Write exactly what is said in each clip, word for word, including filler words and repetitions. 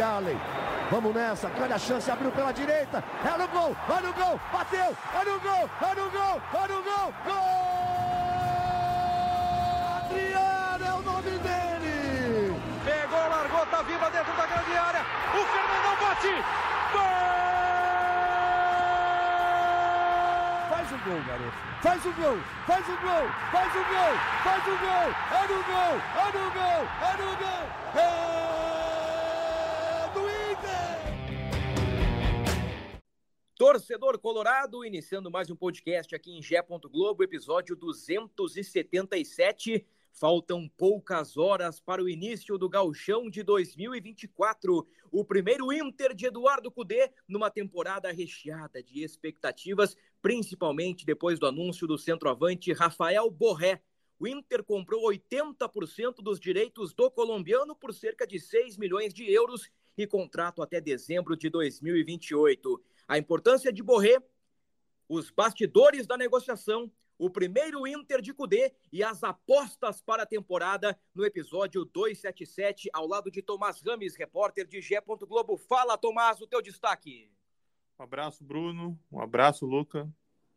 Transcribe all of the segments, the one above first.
Allen. Vamos nessa, grande a chance, abriu pela direita, é no gol, vai no gol, bateu, é no gol, é no gol, é no gol, gol! Adriano é o nome dele! Pegou, largou, tá viva dentro da grande área, o Fernandão bate, gol! Faz o gol, garoto, faz o gol, faz o gol, faz o gol, faz o gol, é no gol, é no gol, é no gol, é... Torcedor colorado, iniciando mais um podcast aqui em Gé. Globo, episódio duzentos e setenta e sete. Faltam poucas horas para o início do Gauchão de dois mil e vinte e quatro. O primeiro Inter de Eduardo Cudê numa temporada recheada de expectativas, principalmente depois do anúncio do centroavante Rafael Borré. O Inter comprou oitenta por cento dos direitos do colombiano por cerca de seis milhões de euros e contrato até dezembro de dois mil e vinte e oito. A importância de Borré, os bastidores da negociação, o primeiro Inter de Cudê e as apostas para a temporada no episódio duzentos e setenta e sete, ao lado de Tomás Rames, repórter de Gé. Globo. Fala, Tomás, o teu destaque. Um abraço, Bruno. Um abraço, Luca.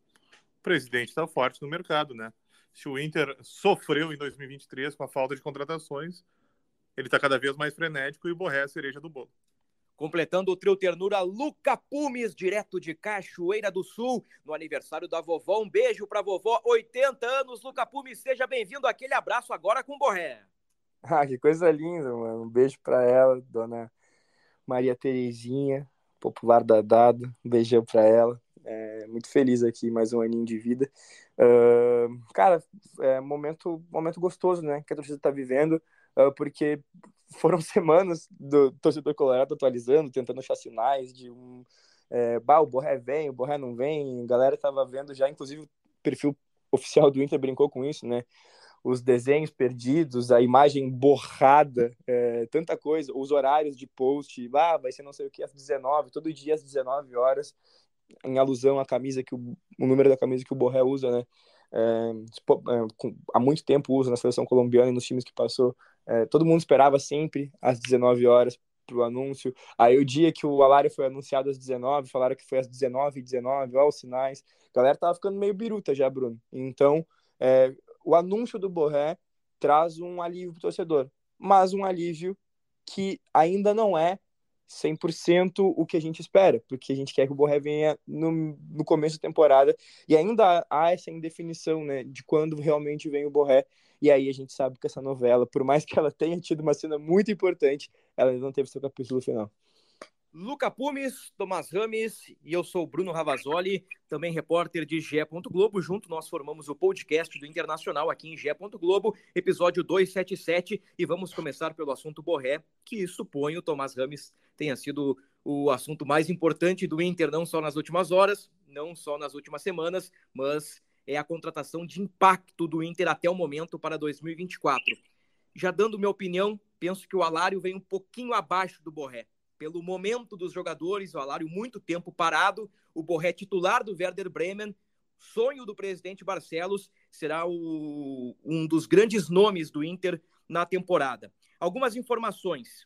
O presidente está forte no mercado, né? Se o Inter sofreu em dois mil e vinte e três com a falta de contratações, ele está cada vez mais frenético e o Borré é a cereja do bolo. Completando o trio ternura, Luca Pumes, direto de Cachoeira do Sul, no aniversário da vovó. Um beijo pra vovó, oitenta anos. Luca Pumes, seja bem-vindo. Aquele abraço agora com o Borré. Ah, que coisa linda, mano. Um beijo pra ela, dona Maria Terezinha, popular da Dado. Um beijão pra ela. É, muito feliz aqui, mais um aninho de vida. Uh, cara, é um momento, momento gostoso, né, que a torcida tá vivendo, uh, porque foram semanas do torcedor colorado atualizando, tentando achar sinais de um... É, bah, o Borré vem, o Borré não vem, a galera tava vendo já, inclusive o perfil oficial do Inter brincou com isso, né? Os desenhos perdidos, a imagem borrada, é, tanta coisa, os horários de post, ah, vai ser não sei o que, às dezenove, todo dia às dezenove horas, em alusão à camisa, que o, o número da camisa que o Borré usa, né? É, há muito tempo usa na seleção colombiana e nos times que passou. É, todo mundo esperava sempre às dezenove horas pro anúncio. Aí o dia que o Alário foi anunciado às dezenove, falaram que foi às dezenove e dezenove, ó, os sinais. A galera tava ficando meio biruta já, Bruno. Então, é, o anúncio do Borré traz um alívio pro torcedor, mas um alívio que ainda não é cem por cento o que a gente espera, porque a gente quer que o Borré venha no, no começo da temporada, e ainda há essa indefinição, né, de quando realmente vem o Borré, e aí a gente sabe que essa novela, por mais que ela tenha tido uma cena muito importante, ela ainda não teve seu capítulo final. Luca Pumes, Tomás Rames e eu sou o Bruno Ravazoli, também repórter de Gé. Globo. Junto nós formamos o podcast do Internacional aqui em Gé. Globo, episódio duzentos e setenta e sete, e vamos começar pelo assunto Borré, que suponho, Tomás Rames, tenha sido o assunto mais importante do Inter, não só nas últimas horas, não só nas últimas semanas, mas é a contratação de impacto do Inter até o momento para dois mil e vinte e quatro. Já dando minha opinião, penso que o Alário vem um pouquinho abaixo do Borré. Pelo momento dos jogadores, o Alário muito tempo parado, o Borré titular do Werder Bremen, sonho do presidente Barcelos, será o, um dos grandes nomes do Inter na temporada. Algumas informações.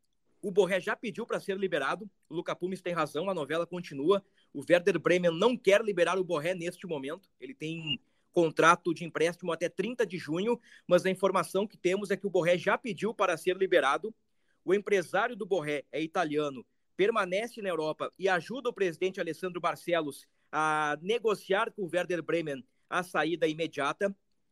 O Borré já pediu para ser liberado, o Luca Pumes tem razão, a novela continua. O Werder Bremen não quer liberar o Borré neste momento, ele tem contrato de empréstimo até trinta de junho, mas a informação que temos é que o Borré já pediu para ser liberado. O empresário do Borré é italiano, permanece na Europa e ajuda o presidente Alessandro Barcelos a negociar com o Werder Bremen a saída imediata.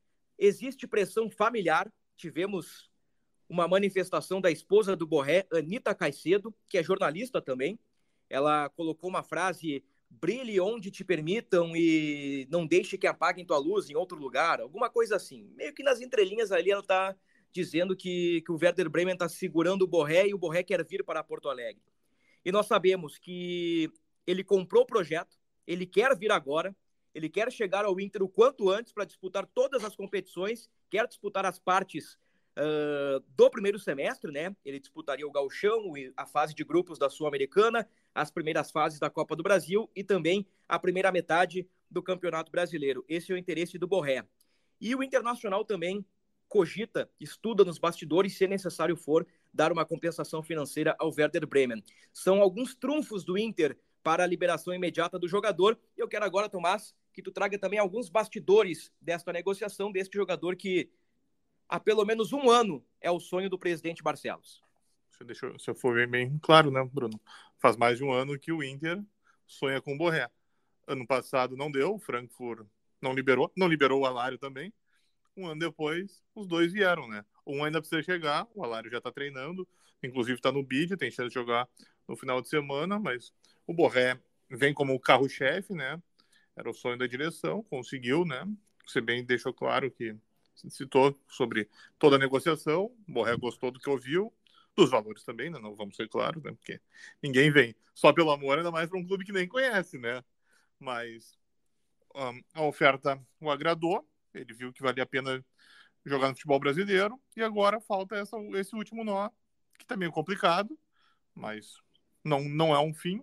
Existe pressão familiar. Tivemos uma manifestação da esposa do Borré, Anita Caicedo, que é jornalista também. Ela colocou uma frase: brilhe onde te permitam e não deixe que apaguem tua luz em outro lugar. Alguma coisa assim. Meio que nas entrelinhas ali ela está dizendo que, que o Werder Bremen está segurando o Borré e o Borré quer vir para Porto Alegre. E nós sabemos que ele comprou o projeto, ele quer vir agora, ele quer chegar ao Inter o quanto antes para disputar todas as competições, quer disputar as partes uh, do primeiro semestre, né? Ele disputaria o Gauchão, a fase de grupos da Sul-Americana, as primeiras fases da Copa do Brasil e também a primeira metade do Campeonato Brasileiro. Esse é o interesse do Borré. E o Internacional também cogita, estuda nos bastidores, se necessário for, dar uma compensação financeira ao Werder Bremen. São alguns trunfos do Inter para a liberação imediata do jogador. Eu quero agora, Tomás, que tu traga também alguns bastidores desta negociação deste jogador que há pelo menos um ano é o sonho do presidente Barcelos. Deixa eu, se eu for bem, bem claro, né, Bruno? Faz mais de um ano que o Inter sonha com o Borré. Ano passado não deu, o Frankfurt não liberou, não liberou o Alário também. Um ano depois, os dois vieram, né? Um ainda precisa chegar, o Alário já tá treinando, inclusive tá no bid, tem chance de jogar no final de semana, mas o Borré vem como o carro-chefe, né? Era o sonho da direção, conseguiu, né? Você bem deixou claro que citou sobre toda a negociação, o Borré gostou do que ouviu, dos valores também, né? Não vamos ser claros, né? Porque ninguém vem só pelo amor, ainda mais para um clube que nem conhece, né? Mas um, a oferta o agradou, ele viu que valia a pena jogar no futebol brasileiro, e agora falta essa, esse último nó, que tá meio complicado, mas não, não é um fim.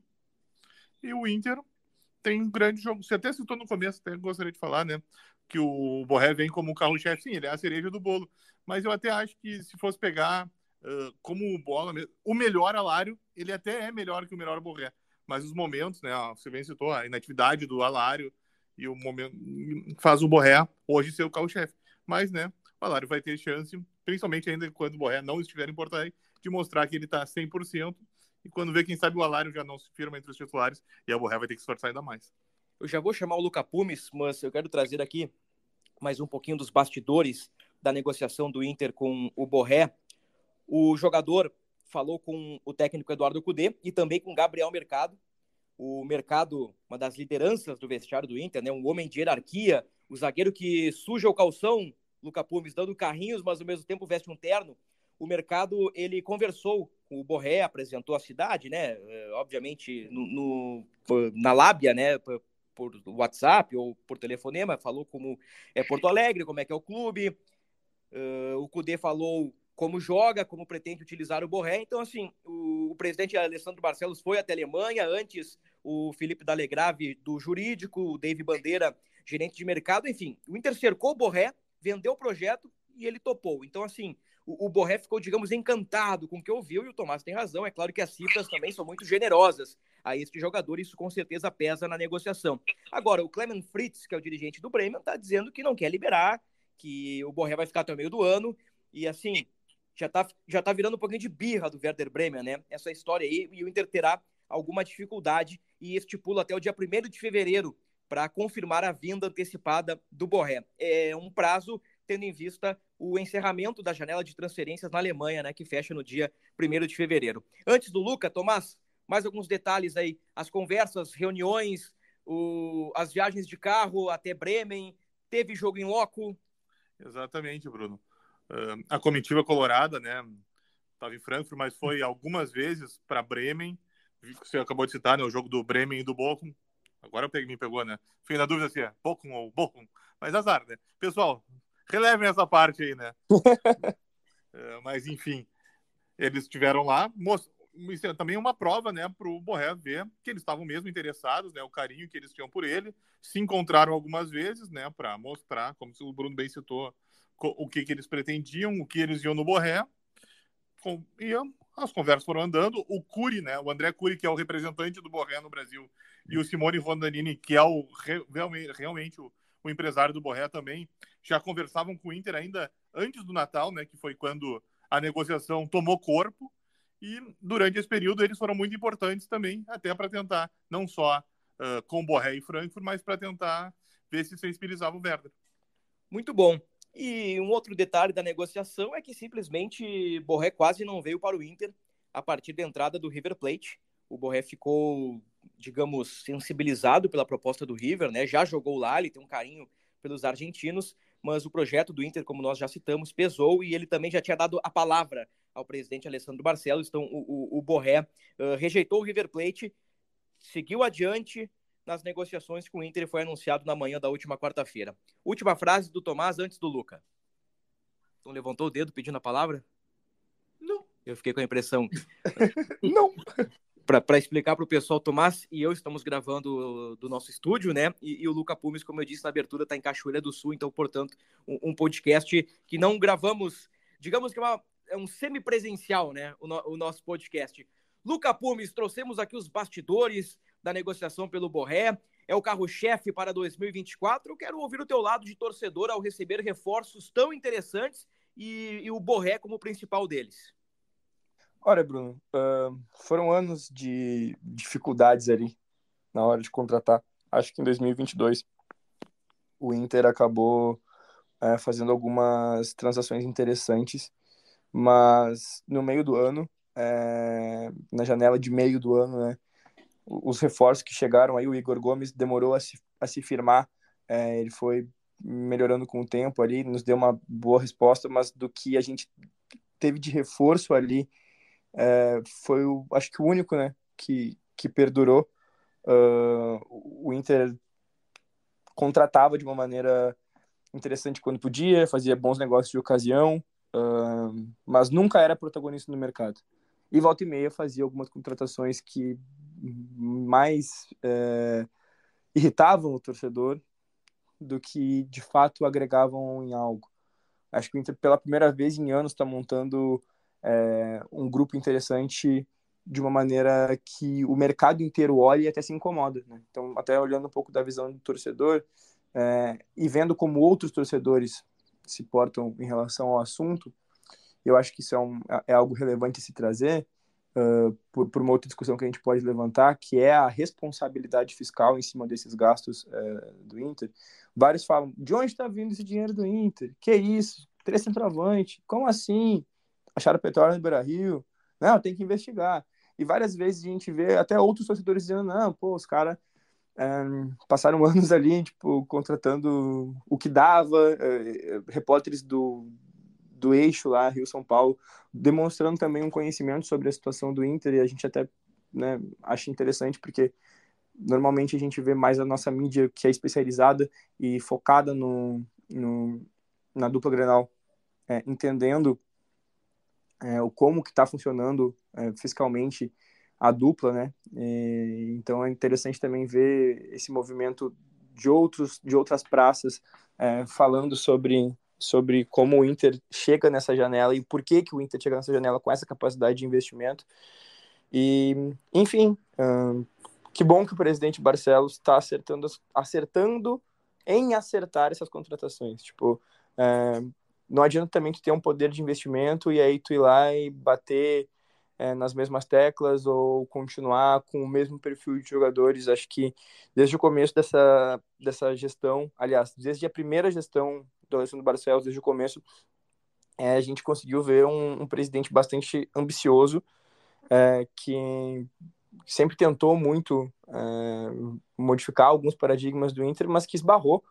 E o Inter tem um grande jogo. Você até citou no começo, até gostaria de falar, né? Que o Borré vem como carro-chefe, sim, ele é a cereja do bolo. Mas eu até acho que se fosse pegar uh, como bola, o melhor Alário, ele até é melhor que o melhor Borré. Mas os momentos, né? Você bem citou a inatividade do Alário e o momento faz o Borré hoje ser o carro-chefe. Mas, né? O Alário vai ter chance, principalmente ainda quando o Borré não estiver em Porto Alegre, de mostrar que ele está cem por cento. E quando vê, quem sabe, o Alário já não se firma entre os titulares e a Borré vai ter que se esforçar ainda mais. Eu já vou chamar o Luca Pumes, mas eu quero trazer aqui mais um pouquinho dos bastidores da negociação do Inter com o Borré. O jogador falou com o técnico Eduardo Cudê e também com Gabriel Mercado. O Mercado, uma das lideranças do vestiário do Inter, né? Um homem de hierarquia, o zagueiro que suja o calção, Luca Pumes, dando carrinhos, mas ao mesmo tempo veste um terno. O Mercado, ele conversou com o Borré, apresentou a cidade, né? Obviamente, no, no, na lábia, né? Por WhatsApp ou por telefonema, falou como é Porto Alegre, como é que é o clube. Uh, o Cudê falou como joga, como pretende utilizar o Borré. Então, assim, o, o presidente Alessandro Barcelos foi até a Alemanha, antes o Felipe D'Alegrave do jurídico, o David Bandeira, gerente de mercado, enfim. O Inter cercou o Borré, vendeu o projeto e ele topou. Então, assim, o, o Borré ficou, digamos, encantado com o que ouviu, e o Tomás tem razão. É claro que as cifras também são muito generosas a este jogador, isso com certeza pesa na negociação. Agora, o Clement Fritz, que é o dirigente do Bremen, está dizendo que não quer liberar, que o Borré vai ficar até o meio do ano, e assim, já está já tá virando um pouquinho de birra do Werder Bremen, né? Essa história aí, e o Inter terá alguma dificuldade e estipula até o dia primeiro de fevereiro para confirmar a vinda antecipada do Borré. É um prazo tendo em vista o encerramento da janela de transferências na Alemanha, né, que fecha no dia primeiro de fevereiro. Antes do Luca, Tomás, mais alguns detalhes aí, as conversas, reuniões, o, as viagens de carro até Bremen, teve jogo em loco? Exatamente, Bruno. Uh, a comitiva colorada, né, estava em Frankfurt, mas foi algumas vezes para Bremen. Você acabou de citar, né, o jogo do Bremen e do Bochum. Agora me pegou, né? Fiquei na dúvida se é Bochum ou Bochum, mas azar, né? Pessoal, relevem essa parte aí, né? uh, mas, enfim, eles estiveram lá. Most... Isso é também uma prova, né, para o Borré ver que eles estavam mesmo interessados, né, o carinho que eles tinham por ele. Se encontraram algumas vezes, né, para mostrar, como o Bruno bem citou, o que, que eles pretendiam, o que eles iam no Borré. Com... E as conversas foram andando. O Curi, né, o André Curi, que é o representante do Borré no Brasil, e o Simone Rondanini, que é o, realmente, realmente o, o empresário do Borré também, já conversavam com o Inter ainda antes do Natal, né, que foi quando a negociação tomou corpo. E durante esse período eles foram muito importantes também, até para tentar, não só uh, com Borré e Frankfurt, mas para tentar ver se sensibilizava o Werder. Muito bom. E um outro detalhe da negociação é que simplesmente Borré quase não veio para o Inter a partir da entrada do River Plate. O Borré ficou, digamos, sensibilizado pela proposta do River, né? Já jogou lá, ele tem um carinho pelos argentinos, mas o projeto do Inter, como nós já citamos, pesou, e ele também já tinha dado a palavra ao presidente Alessandro Barcelos. Então o, o, o Borré uh, rejeitou o River Plate, seguiu adiante nas negociações com o Inter e foi anunciado na manhã da última quarta-feira. Última frase do Tomás antes do Luca. Então levantou o dedo pedindo a palavra? Não. Eu fiquei com a impressão. Não. Para explicar para o pessoal, Tomás e eu estamos gravando do nosso estúdio, né? E, e o Luca Pumes, como eu disse na abertura, está em Cachoeira do Sul, então, portanto, um, um podcast que não gravamos, digamos que é uma, é um semipresencial, né, o, no, o nosso podcast. Luca Pumes, trouxemos aqui os bastidores da negociação pelo Borré, é o carro-chefe para dois mil e vinte e quatro. Eu quero ouvir o teu lado de torcedor ao receber reforços tão interessantes e, e o Borré como principal deles. Olha, Bruno, uh, foram anos de dificuldades ali na hora de contratar. Acho que em dois mil e vinte e dois o Inter acabou uh, fazendo algumas transações interessantes, mas no meio do ano, uh, na janela de meio do ano, né, os reforços que chegaram aí, o Igor Gomes demorou a se, a se firmar, uh, ele foi melhorando com o tempo ali, nos deu uma boa resposta, mas do que a gente teve de reforço ali, É, foi, o, acho que o único, né, que, que perdurou. Uh, o Inter contratava de uma maneira interessante quando podia, fazia bons negócios de ocasião, uh, mas nunca era protagonista no mercado. E volta e meia fazia algumas contratações que mais é, irritavam o torcedor do que de fato agregavam em algo. Acho que o Inter, pela primeira vez em anos, está montando é, um grupo interessante de uma maneira que o mercado inteiro olha e até se incomoda, né? Então, até olhando um pouco da visão do torcedor é, e vendo como outros torcedores se portam em relação ao assunto, eu acho que isso é, um, é algo relevante a se trazer uh, por, por uma outra discussão que a gente pode levantar, que é a responsabilidade fiscal em cima desses gastos uh, do Inter. Vários falam, de onde está vindo esse dinheiro do Inter? Que isso? Três centroavante? Como assim? Acharam petróleo no Beira-Rio? Não, tem que investigar. E várias vezes a gente vê até outros torcedores dizendo, não, pô, os caras um, passaram anos ali, tipo, contratando o que dava, uh, repórteres do, do eixo lá, Rio-São Paulo, demonstrando também um conhecimento sobre a situação do Inter, e a gente até, né, acha interessante, porque normalmente a gente vê mais a nossa mídia que é especializada e focada no, no, na dupla Grenal, é, entendendo é, o como que está funcionando é, fiscalmente a dupla, né? E, então é interessante também ver esse movimento de outros de outras praças é, falando sobre sobre como o Inter chega nessa janela e por que que o Inter chega nessa janela com essa capacidade de investimento. E, enfim, hum, que bom que o presidente Barcelos está acertando, acertando em acertar essas contratações. Tipo, é, não adianta também tu ter um poder de investimento e aí tu ir lá e bater é, nas mesmas teclas ou continuar com o mesmo perfil de jogadores. Acho que desde o começo dessa, dessa gestão, aliás, desde a primeira gestão do Alessandro Barcelos, desde o começo, é, a gente conseguiu ver um, um presidente bastante ambicioso, é, que sempre tentou muito é, modificar alguns paradigmas do Inter, mas que esbarrou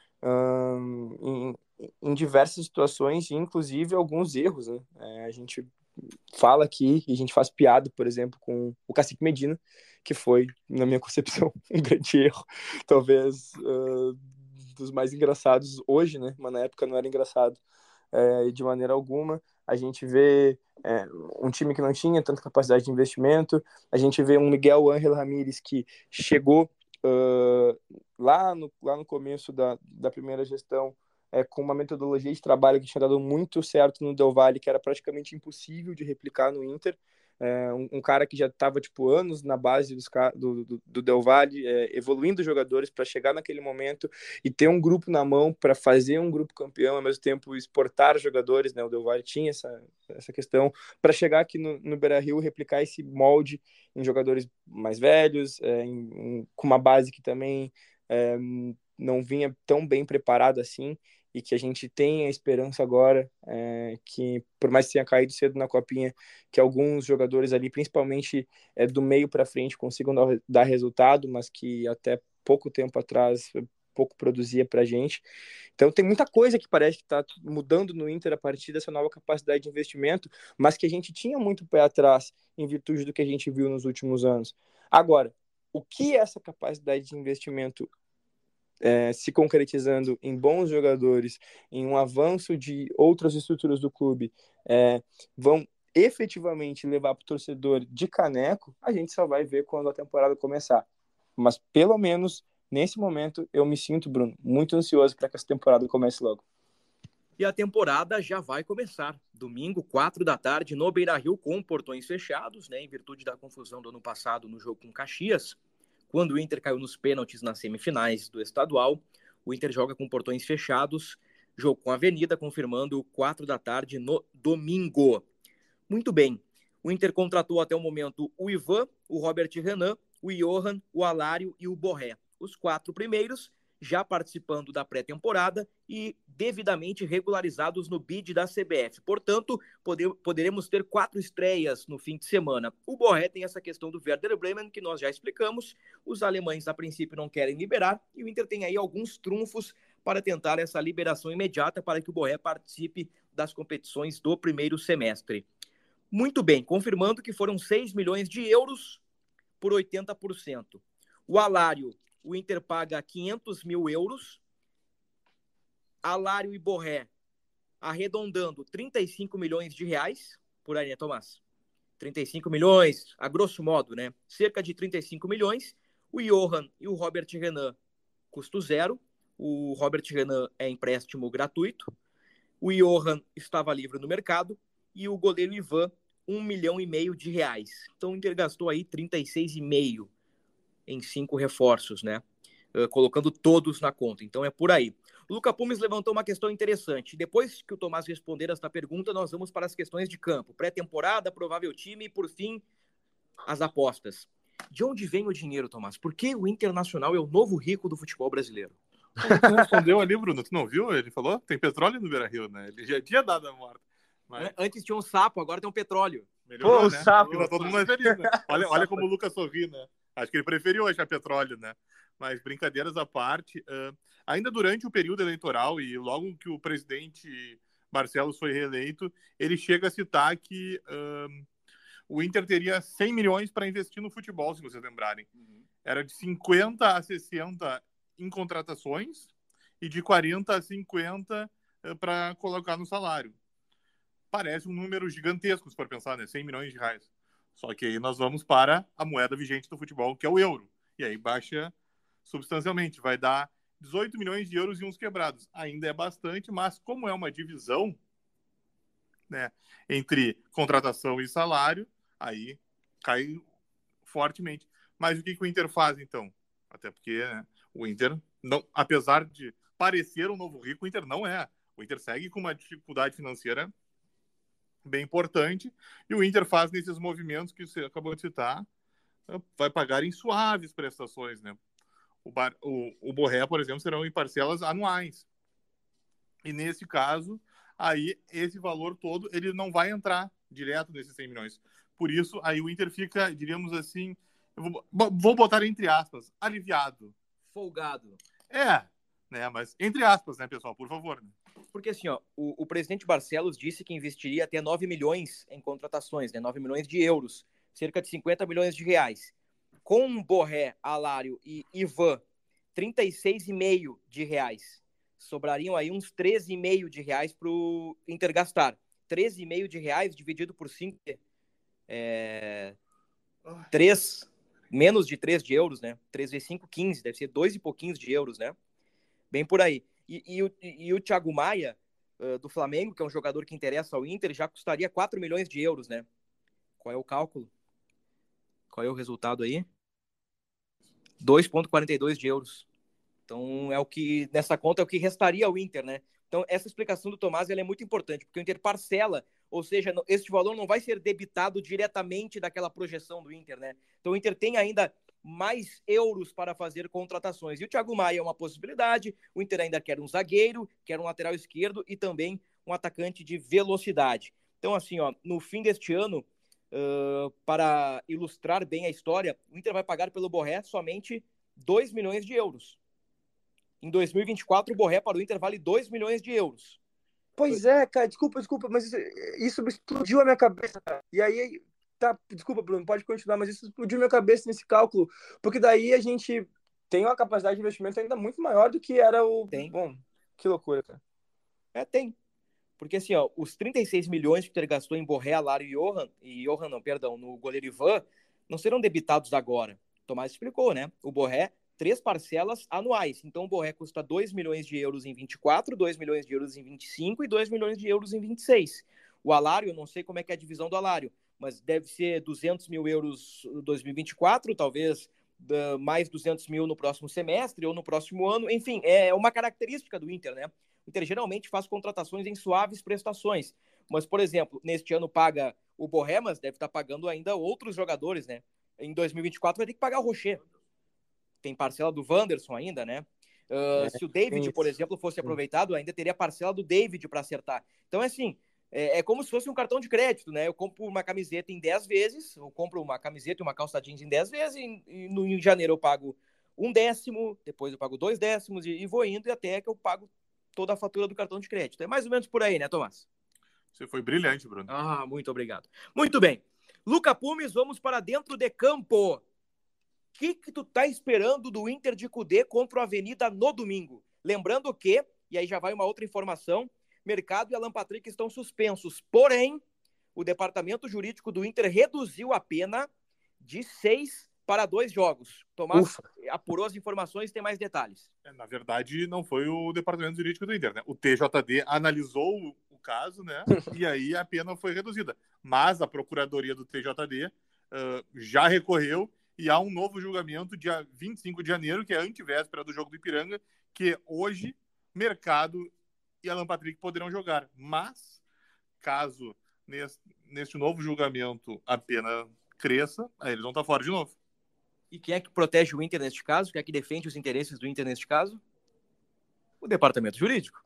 um, em, em diversas situações, inclusive alguns erros, né? É, a gente fala aqui e a gente faz piada, por exemplo, com o Cacique Medina, que foi, na minha concepção, um grande erro, talvez uh, dos mais engraçados hoje, né? Mas na época não era engraçado é, de maneira alguma. A gente vê é, um time que não tinha tanta capacidade de investimento, a gente vê um Miguel Ángel Ramírez que chegou uh, lá, no, lá no começo da, da primeira gestão é, com uma metodologia de trabalho que tinha dado muito certo no Del Valle, que era praticamente impossível de replicar no Inter. É, um, um cara que já estava tipo anos na base dos, do, do, do Del Valle, é, evoluindo os jogadores para chegar naquele momento e ter um grupo na mão para fazer um grupo campeão, ao mesmo tempo exportar jogadores, né? O Del Valle tinha essa, essa questão para chegar aqui no, no Beira-Rio, replicar esse molde em jogadores mais velhos, é, em, em, com uma base que também é, não vinha tão bem preparada assim, e que a gente tem a esperança agora é, que, por mais que tenha caído cedo na Copinha, que alguns jogadores ali, principalmente é, do meio para frente, consigam dar, dar resultado, mas que até pouco tempo atrás pouco produzia para a gente. Então tem muita coisa que parece que está mudando no Inter a partir dessa nova capacidade de investimento, mas que a gente tinha muito pé atrás em virtude do que a gente viu nos últimos anos. Agora, o que essa capacidade de investimento É, se concretizando em bons jogadores, em um avanço de outras estruturas do clube, é, vão efetivamente levar para o torcedor de caneco, a gente só vai ver quando a temporada começar. Mas, pelo menos, nesse momento, eu me sinto, Bruno, muito ansioso para que essa temporada comece logo. E a temporada já vai começar. Domingo, quatro da tarde, no Beira-Rio, com portões fechados, né, em virtude da confusão do ano passado no jogo com Caxias. Quando o Inter caiu nos pênaltis nas semifinais do estadual, o Inter joga com portões fechados, jogo com a Avenida, confirmando quatro da tarde no domingo. Muito bem. O Inter contratou até o momento o Ivan, o Robert Renan, o Johan, o Alário e o Borré. Os quatro primeiros já participando da pré-temporada e devidamente regularizados no bid da C B F. Portanto, poder, poderemos ter quatro estreias no fim de semana. O Borré tem essa questão do Werder Bremen, que nós já explicamos. Os alemães, a princípio, não querem liberar, e o Inter tem aí alguns trunfos para tentar essa liberação imediata para que o Borré participe das competições do primeiro semestre. Muito bem, confirmando que foram seis milhões de euros por oitenta por cento. O Alário, o Inter paga quinhentos mil euros. Alário e Borré, arredondando trinta e cinco milhões de reais por aí, né, Tomás? trinta e cinco milhões, a grosso modo, né? Cerca de trinta e cinco milhões. O Johan e o Robert Renan, custo zero. O Robert Renan é empréstimo gratuito. O Johan estava livre no mercado. E o goleiro Ivan, um milhão e meio de reais. Então o Inter gastou aí trinta e seis e meio em cinco reforços, né? Uh, colocando todos na conta. Então é por aí. O Luca Pumes levantou uma questão interessante. Depois que o Tomás responder esta pergunta, nós vamos para as questões de campo. Pré-temporada, provável time e, por fim, as apostas. De onde vem o dinheiro, Tomás? Por que o Internacional é o novo rico do futebol brasileiro? Você respondeu ali, Bruno. Tu não viu? Ele falou, tem petróleo no Beira-Rio, né? Ele já tinha dado a morte. Mas... Antes tinha um sapo, agora tem um petróleo. Melhorou, Pô, o né? sapo. Tá todo mundo feliz, né? Olha, olha como o Lucas sorri, né? Acho que ele preferiu achar petróleo, né? Mas brincadeiras à parte, uh, ainda durante o período eleitoral e logo que o presidente Barcelos foi reeleito, ele chega a citar que uh, o Inter teria cem milhões para investir no futebol, se vocês lembrarem. Uhum. Era de cinquenta a sessenta em contratações e de quarenta a cinquenta uh, para colocar no salário. Parece um número gigantesco, se for pensar, né? cem milhões de reais. Só que aí nós vamos para a moeda vigente do futebol, que é o euro. E aí baixa substancialmente. Vai dar dezoito milhões de euros e uns quebrados. Ainda é bastante, mas como é uma divisão, né, entre contratação e salário, aí cai fortemente. Mas o que, que o Inter faz, então? Até porque, né, o Inter, não, apesar de parecer um novo rico, o Inter não é. O Inter segue com uma dificuldade financeira bem importante, e o Inter faz nesses movimentos que você acabou de citar, vai pagar em suaves prestações, né? O, bar, o, o Borré, por exemplo, serão em parcelas anuais. E nesse caso, aí esse valor todo, ele não vai entrar direto nesses cem milhões. Por isso, aí o Inter fica, diríamos assim, eu vou, vou botar entre aspas, aliviado. Folgado. É, né? Mas entre aspas, né, pessoal, por favor, né? Porque assim, ó, o, o presidente Barcelos disse que investiria até nove milhões em contratações, né? nove milhões de euros, cerca de cinquenta milhões de reais. Com Borré, Alário e Ivan, trinta e seis vírgula cinco de reais. Sobrariam aí uns treze vírgula cinco de reais para o Inter gastar. treze vírgula cinco de reais dividido por cinco, é... três, menos de três de euros, né? três vezes cinco, quinze, deve ser dois e pouquinhos de euros, né? Bem por aí. E, e, o, e o Thiago Maia, uh, do Flamengo, que é um jogador que interessa ao Inter, já custaria quatro milhões de euros, né? Qual é o cálculo? Qual é o resultado aí? dois vírgula quarenta e dois de euros. Então, é o que, nessa conta, é o que restaria ao Inter, né? Então, essa explicação do Tomás, ela é muito importante, porque o Inter parcela, ou seja, este valor não vai ser debitado diretamente daquela projeção do Inter, né? Então, o Inter tem ainda mais euros para fazer contratações. E o Thiago Maia é uma possibilidade, o Inter ainda quer um zagueiro, quer um lateral esquerdo e também um atacante de velocidade. Então, assim, ó, no fim deste ano, uh, para ilustrar bem a história, o Inter vai pagar pelo Borré somente dois milhões de euros. Em dois mil e vinte e quatro, o Borré para o Inter vale dois milhões de euros. Pois é, cara, desculpa, desculpa, mas isso, isso explodiu a minha cabeça, cara. E aí, tá, desculpa, Bruno, pode continuar, mas isso explodiu a minha cabeça nesse cálculo, porque daí a gente tem uma capacidade de investimento ainda muito maior do que era o... Tem. Bom, que loucura, cara. É, tem. Porque, assim, ó, os trinta e seis milhões que o Inter gastou em Borré, Alário e Johan, e Johan não, perdão, no goleiro Ivan, não serão debitados agora. O Tomás explicou, né? O Borré três parcelas anuais. Então o Borré custa dois milhões de euros em vinte e quatro, dois milhões de euros em vinte e cinco e dois milhões de euros em vinte e seis. O Alário, eu não sei como é que é a divisão do Alário, mas deve ser duzentos mil euros em dois mil e vinte e quatro, talvez uh, mais duzentos mil no próximo semestre ou no próximo ano. Enfim, é uma característica do Inter, né? O Inter geralmente faz contratações em suaves prestações. Mas, por exemplo, neste ano paga o Borré, mas deve estar pagando ainda outros jogadores, né? Em dois mil e vinte e quatro vai ter que pagar o Rocher. Tem parcela do Wanderson ainda, né? Uh, é, se o David, por exemplo, fosse aproveitado, ainda teria parcela do David para acertar. Então, é assim, é, é como se fosse um cartão de crédito, né? Eu compro uma camiseta em dez vezes, eu compro uma camiseta e uma calça jeans em dez vezes, e, e no em janeiro eu pago um décimo, depois eu pago dois décimos, e, e vou indo, e até que eu pago toda a fatura do cartão de crédito. É mais ou menos por aí, né, Tomás? Você foi brilhante, Bruno. Ah, muito obrigado. Muito bem. Luca Pumes, vamos para dentro de campo. O que, que tu tá esperando do Inter de Cudê contra o Avenida no domingo? Lembrando que, e aí já vai uma outra informação, Mercado e Alan Patrick estão suspensos. Porém, o departamento jurídico do Inter reduziu a pena de seis para dois jogos. Tomás Ufa. apurou as informações, tem mais detalhes. É, na verdade, não foi o departamento jurídico do Inter, né? O T J D analisou o caso, né? E aí a pena foi reduzida. Mas a Procuradoria do T J D uh, já recorreu e há um novo julgamento dia vinte e cinco de janeiro, que é a antivéspera do jogo do Ipiranga, que hoje Mercado e Alan Patrick poderão jogar. Mas, caso nesse, neste novo julgamento a pena cresça, aí eles vão estar fora de novo. E quem é que protege o Inter neste caso? Quem é que defende os interesses do Inter neste caso? O departamento jurídico.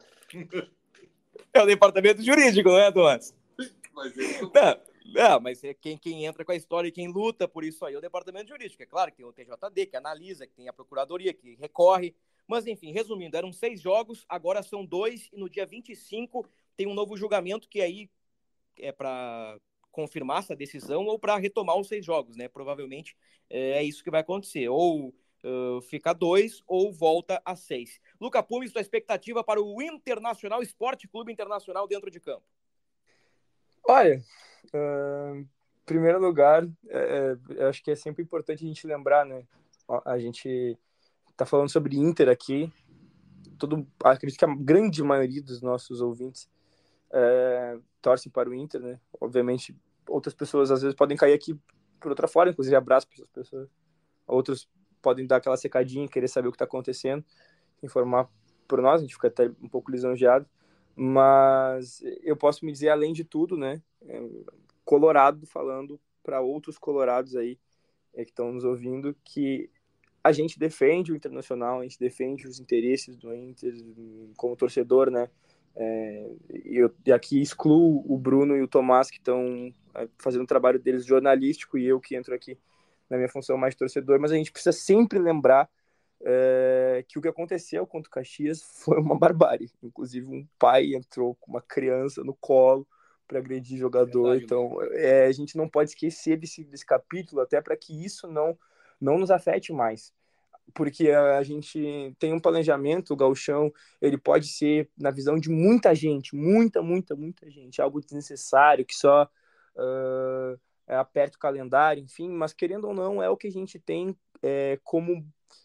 É o departamento jurídico, não é, Tomás? Mas é... não, não, mas é quem, quem entra com a história e quem luta por isso aí é o departamento jurídico. É claro que tem o T J D, que analisa, que tem a Procuradoria, que recorre. Mas, enfim, resumindo, eram seis jogos, agora são dois, e no dia vinte e cinco tem um novo julgamento que aí é para confirmar essa decisão ou para retomar os seis jogos, né? Provavelmente é isso que vai acontecer. Ou uh, fica dois ou volta a seis. Luca Pumes, sua expectativa para o Internacional Esporte Clube Internacional dentro de campo? Olha, uh, em primeiro lugar, é, é, acho que é sempre importante a gente lembrar, né? A gente tá falando sobre Inter aqui. Todo, acredito que a grande maioria dos nossos ouvintes é, torcem para o Inter, né? Obviamente, outras pessoas às vezes podem cair aqui por outra forma, inclusive abraço para essas pessoas. Outros podem dar aquela secadinha, querer saber o que está acontecendo, informar por nós, a gente fica até um pouco lisonjeado, mas eu posso me dizer, além de tudo, né, colorado, falando para outros colorados aí é, que estão nos ouvindo, que a gente defende o Internacional, a gente defende os interesses do Inter como torcedor, né, é, e, eu, e aqui excluo o Bruno e o Tomás, que estão fazendo o trabalho deles jornalístico, e eu que entro aqui na minha função mais torcedor, mas a gente precisa sempre lembrar é, que o que aconteceu contra o Caxias foi uma barbárie. Inclusive um pai entrou com uma criança no colo para agredir jogador. Verdade, então é, a gente não pode esquecer desse, desse capítulo, até para que isso não, não nos afete mais. Porque a gente tem um planejamento, o gauchão, ele pode ser, na visão de muita gente, muita, muita, muita gente, algo desnecessário, que só uh, aperta o calendário, enfim, mas querendo ou não, é o que a gente tem é, como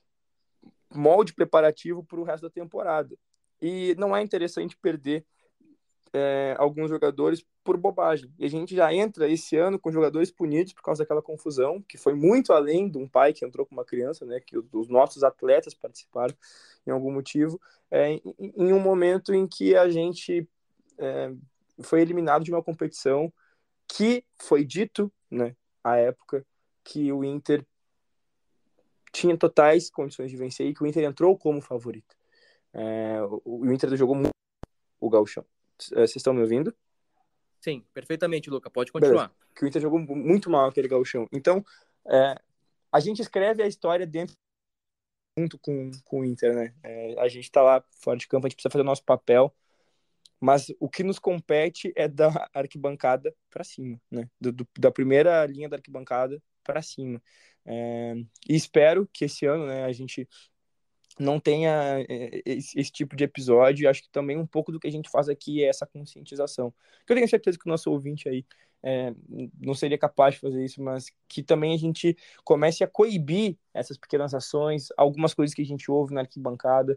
molde preparativo para o resto da temporada. E não é interessante perder é, alguns jogadores por bobagem. E a gente já entra esse ano com jogadores punidos por causa daquela confusão, que foi muito além de um pai que entrou com uma criança, né, que os nossos atletas participaram em algum motivo, é, em, em um momento em que a gente é, foi eliminado de uma competição que foi dito, né, à época, que o Inter tinha totais condições de vencer e que o Inter entrou como favorito. É, o, o Inter jogou muito o gauchão. Vocês estão me ouvindo? Sim, perfeitamente, Luca. Pode continuar. Beleza. Que o Inter jogou muito mal aquele gauchão. Então, é, a gente escreve a história dentro junto com, com o Inter, né? É, a gente tá lá fora de campo, a gente precisa fazer o nosso papel, mas o que nos compete é da arquibancada para cima, né? Do, do, da primeira linha da arquibancada para cima. É, e espero que esse ano, né, a gente não tenha esse, esse tipo de episódio. Acho que também um pouco do que a gente faz aqui é essa conscientização, que eu tenho certeza que o nosso ouvinte aí é, não seria capaz de fazer isso, mas que também a gente comece a coibir essas pequenas ações, algumas coisas que a gente ouve na arquibancada,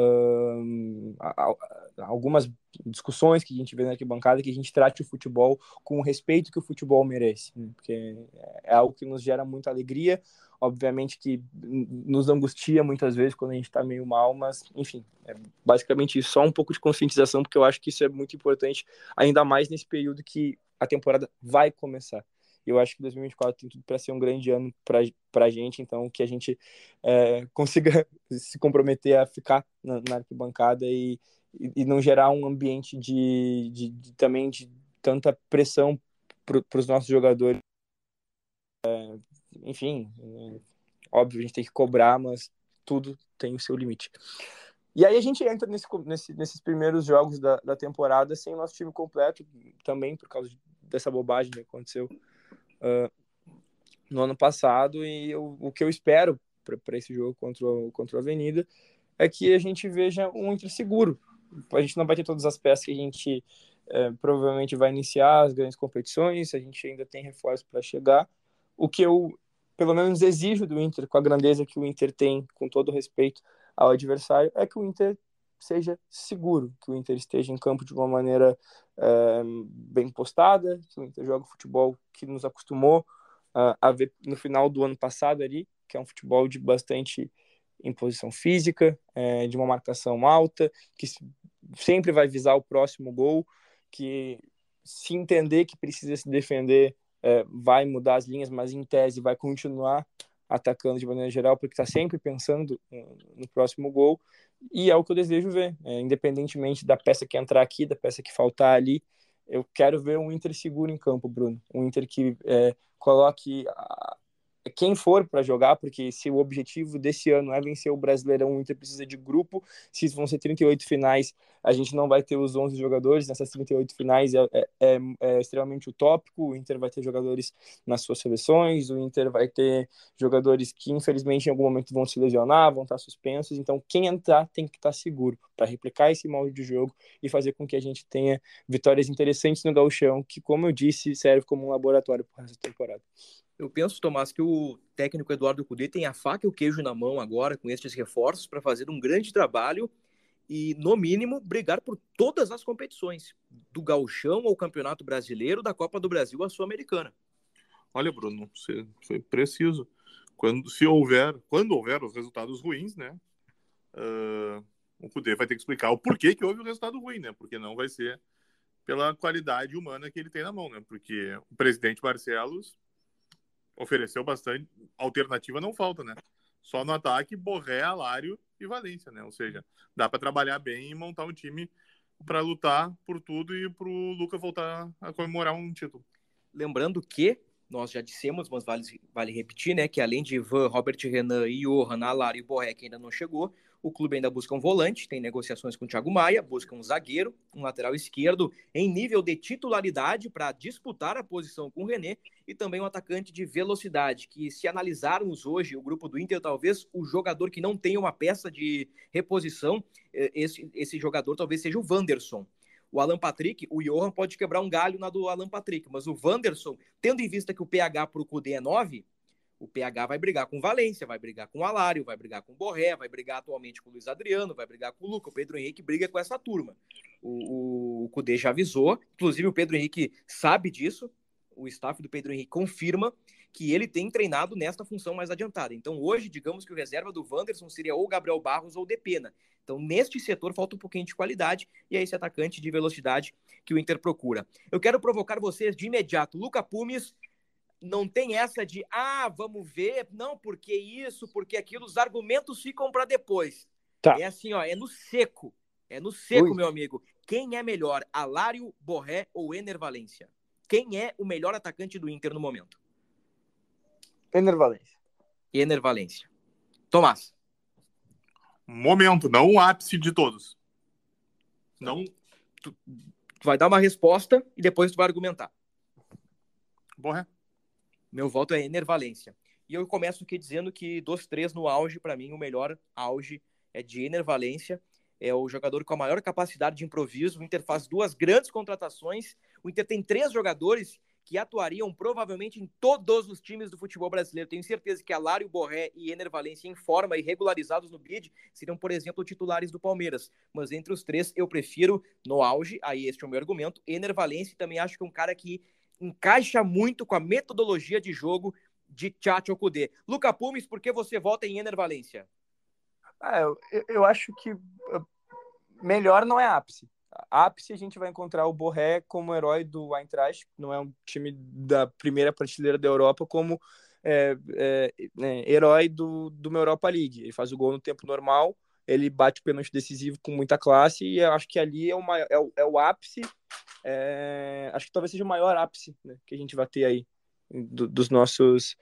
uh, algumas discussões que a gente vê na arquibancada, que a gente trate o futebol com o respeito que o futebol merece, né? Porque é algo que nos gera muita alegria, obviamente que nos angustia muitas vezes quando a gente está meio mal, mas enfim, é basicamente isso, só um pouco de conscientização, porque eu acho que isso é muito importante, ainda mais nesse período que a temporada vai começar. Eu acho que dois mil e vinte e quatro tem tudo para ser um grande ano para a gente, então que a gente é, consiga se comprometer a ficar na, na arquibancada e, e, e não gerar um ambiente de, de, de também de tanta pressão para os nossos jogadores. É, enfim, é, óbvio, a gente tem que cobrar, mas tudo tem o seu limite. E aí a gente entra nesse, nesse, nesses primeiros jogos da, da temporada sem o nosso time completo, também por causa dessa bobagem que aconteceu uh, no ano passado, e eu, o que eu espero para esse jogo contra o, contra o Avenida é que a gente veja um Inter seguro. A gente não vai ter todas as peças que a gente uh, provavelmente vai iniciar as grandes competições, a gente ainda tem reforços para chegar. O que eu, pelo menos, exijo do Inter, com a grandeza que o Inter tem, com todo o respeito ao adversário, é que o Inter seja seguro, que o Inter esteja em campo de uma maneira é, bem postada, que o Inter joga o futebol que nos acostumou uh, a ver no final do ano passado ali, que é um futebol de bastante imposição física, é, de uma marcação alta, que sempre vai visar o próximo gol, que se entender que precisa se defender, é, vai mudar as linhas, mas em tese vai continuar atacando de maneira geral, porque está sempre pensando no próximo gol, e é o que eu desejo ver, é, independentemente da peça que entrar aqui, da peça que faltar ali, eu quero ver um Inter seguro em campo, Bruno, um Inter que é, coloque a, quem for para jogar, porque se o objetivo desse ano é vencer o Brasileirão, o Inter precisa de grupo, se vão ser trinta e oito finais, a gente não vai ter os onze jogadores nessas trinta e oito finais, é, é, é extremamente utópico, o Inter vai ter jogadores nas suas seleções, o Inter vai ter jogadores que infelizmente em algum momento vão se lesionar, vão estar suspensos, então quem entrar tem que estar seguro para replicar esse molde de jogo e fazer com que a gente tenha vitórias interessantes no Gauchão, que, como eu disse, serve como um laboratório para essa temporada. Eu penso, Tomás, que o técnico Eduardo Cudê tem a faca e o queijo na mão agora com estes reforços para fazer um grande trabalho e, no mínimo, brigar por todas as competições, do Gauchão ao Campeonato Brasileiro, da Copa do Brasil à Sul-Americana. Olha, Bruno, você foi preciso. Quando, se houver, quando houver os resultados ruins, né, uh, o Cudê vai ter que explicar o porquê que houve o resultado ruim, né, porque não vai ser pela qualidade humana que ele tem na mão, né, porque o presidente Barcelos ofereceu bastante, alternativa não falta, né? Só no ataque, Borré, Alário e Valência, né? Ou seja, dá para trabalhar bem e montar um time para lutar por tudo e para o Luca voltar a comemorar um título. Lembrando que, nós já dissemos, mas vale, vale repetir, né? Que além de Ivan, Robert Renan, Johan, Alário e Borré, que ainda não chegou, o clube ainda busca um volante, tem negociações com o Thiago Maia, busca um zagueiro, um lateral esquerdo em nível de titularidade para disputar a posição com o René e também um atacante de velocidade, que se analisarmos hoje o grupo do Inter, talvez o jogador que não tenha uma peça de reposição, esse, esse jogador talvez seja o Wanderson. O Alan Patrick, o Johan pode quebrar um galho na do Alan Patrick, mas o Wanderson, tendo em vista que o P H para o Cudê é nove, o P H vai brigar com o Valência, vai brigar com o Alário, vai brigar com o Borré, vai brigar atualmente com o Luiz Adriano, vai brigar com o Luca. O Pedro Henrique briga com essa turma. O, o, o Cudê já avisou, inclusive o Pedro Henrique sabe disso, o staff do Pedro Henrique confirma que ele tem treinado nesta função mais adiantada. Então hoje, digamos que o reserva do Wanderson seria ou Gabriel Barros ou Depena. Então neste setor falta um pouquinho de qualidade e é esse atacante de velocidade que o Inter procura. Eu quero provocar vocês de imediato. Luca Pumes, não tem essa de, ah, vamos ver, não, porque isso, porque aquilo, os argumentos ficam para depois. Tá. É assim, ó, é no seco, é no seco, Ui. meu amigo. Quem é melhor, Alário, Borré ou Ener Valência? Quem é o melhor atacante do Inter no momento? Ener Valência. Ener Valência. Tomás. Momento, não o ápice de todos. Não. Tu, tu vai dar uma resposta e depois tu vai argumentar. Borré. Meu voto é Ener Valência. E eu começo aqui dizendo que dos três no auge, para mim, o melhor auge é de Ener Valência. É o jogador com a maior capacidade de improviso. O Inter faz duas grandes contratações. O Inter tem três jogadores que atuariam provavelmente em todos os times do futebol brasileiro. Tenho certeza que Alário, Borré e Ener Valencia em forma e regularizados no bid seriam, por exemplo, titulares do Palmeiras. Mas entre os três, eu prefiro, no auge, aí este é o meu argumento, Ener Valencia, também acho que é um cara que encaixa muito com a metodologia de jogo de Tchatcho Kudê. Luca Pumes, por que você vota em Ener Valencia? Ah, eu, eu acho que melhor não é ápice. Ápice a gente vai encontrar o Borré como herói do Eintracht, não é um time da primeira prateleira da Europa, como é, é, é, herói do, do uma Europa League. Ele faz o gol no tempo normal, ele bate o pênalti decisivo com muita classe, e eu acho que ali é o, maior, é o, é o ápice, é, acho que talvez seja o maior ápice, né, que a gente vai ter aí do, dos nossos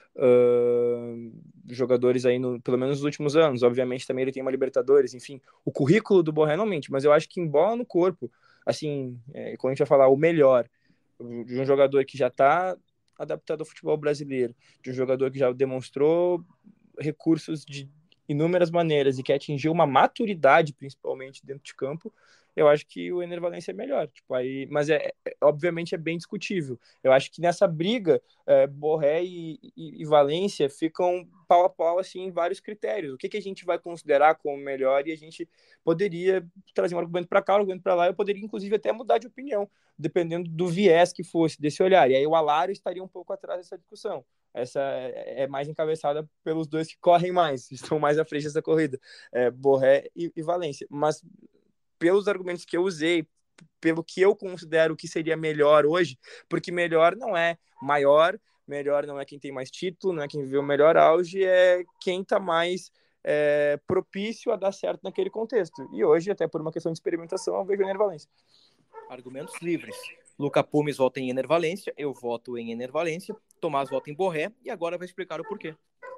Uh, jogadores aí, no, pelo menos nos últimos anos. Obviamente também ele tem uma Libertadores, enfim, o currículo do Borré não mente, mas eu acho que em bola no corpo, assim, é, quando a gente vai falar o melhor de um jogador que já está adaptado ao futebol brasileiro, de um jogador que já demonstrou recursos de inúmeras maneiras e que atingiu uma maturidade, principalmente dentro de campo, eu acho que o Ener Valencia é melhor. Tipo, aí, mas é, é, obviamente é bem discutível. Eu acho que nessa briga, é, Borré e, e, e Valencia ficam pau a pau assim, em vários critérios. O que, que a gente vai considerar como melhor, e a gente poderia trazer um argumento para cá, um argumento para lá, eu poderia inclusive até mudar de opinião, dependendo do viés que fosse desse olhar. E aí o Alário estaria um pouco atrás dessa discussão. Essa é mais encabeçada pelos dois que correm mais, estão mais à frente dessa corrida, é, Borré e, e Valencia. Mas pelos argumentos que eu usei, pelo que eu considero que seria melhor hoje, porque melhor não é maior, melhor não é quem tem mais título, não é quem viveu o melhor auge, é quem está mais é, propício a dar certo naquele contexto. E hoje, até por uma questão de experimentação, eu vejo o Ener Valencia. Argumentos livres. Luca Pumes vota em Ener Valencia, eu voto em Ener Valencia, Tomás vota em Borré, e agora vai explicar o porquê.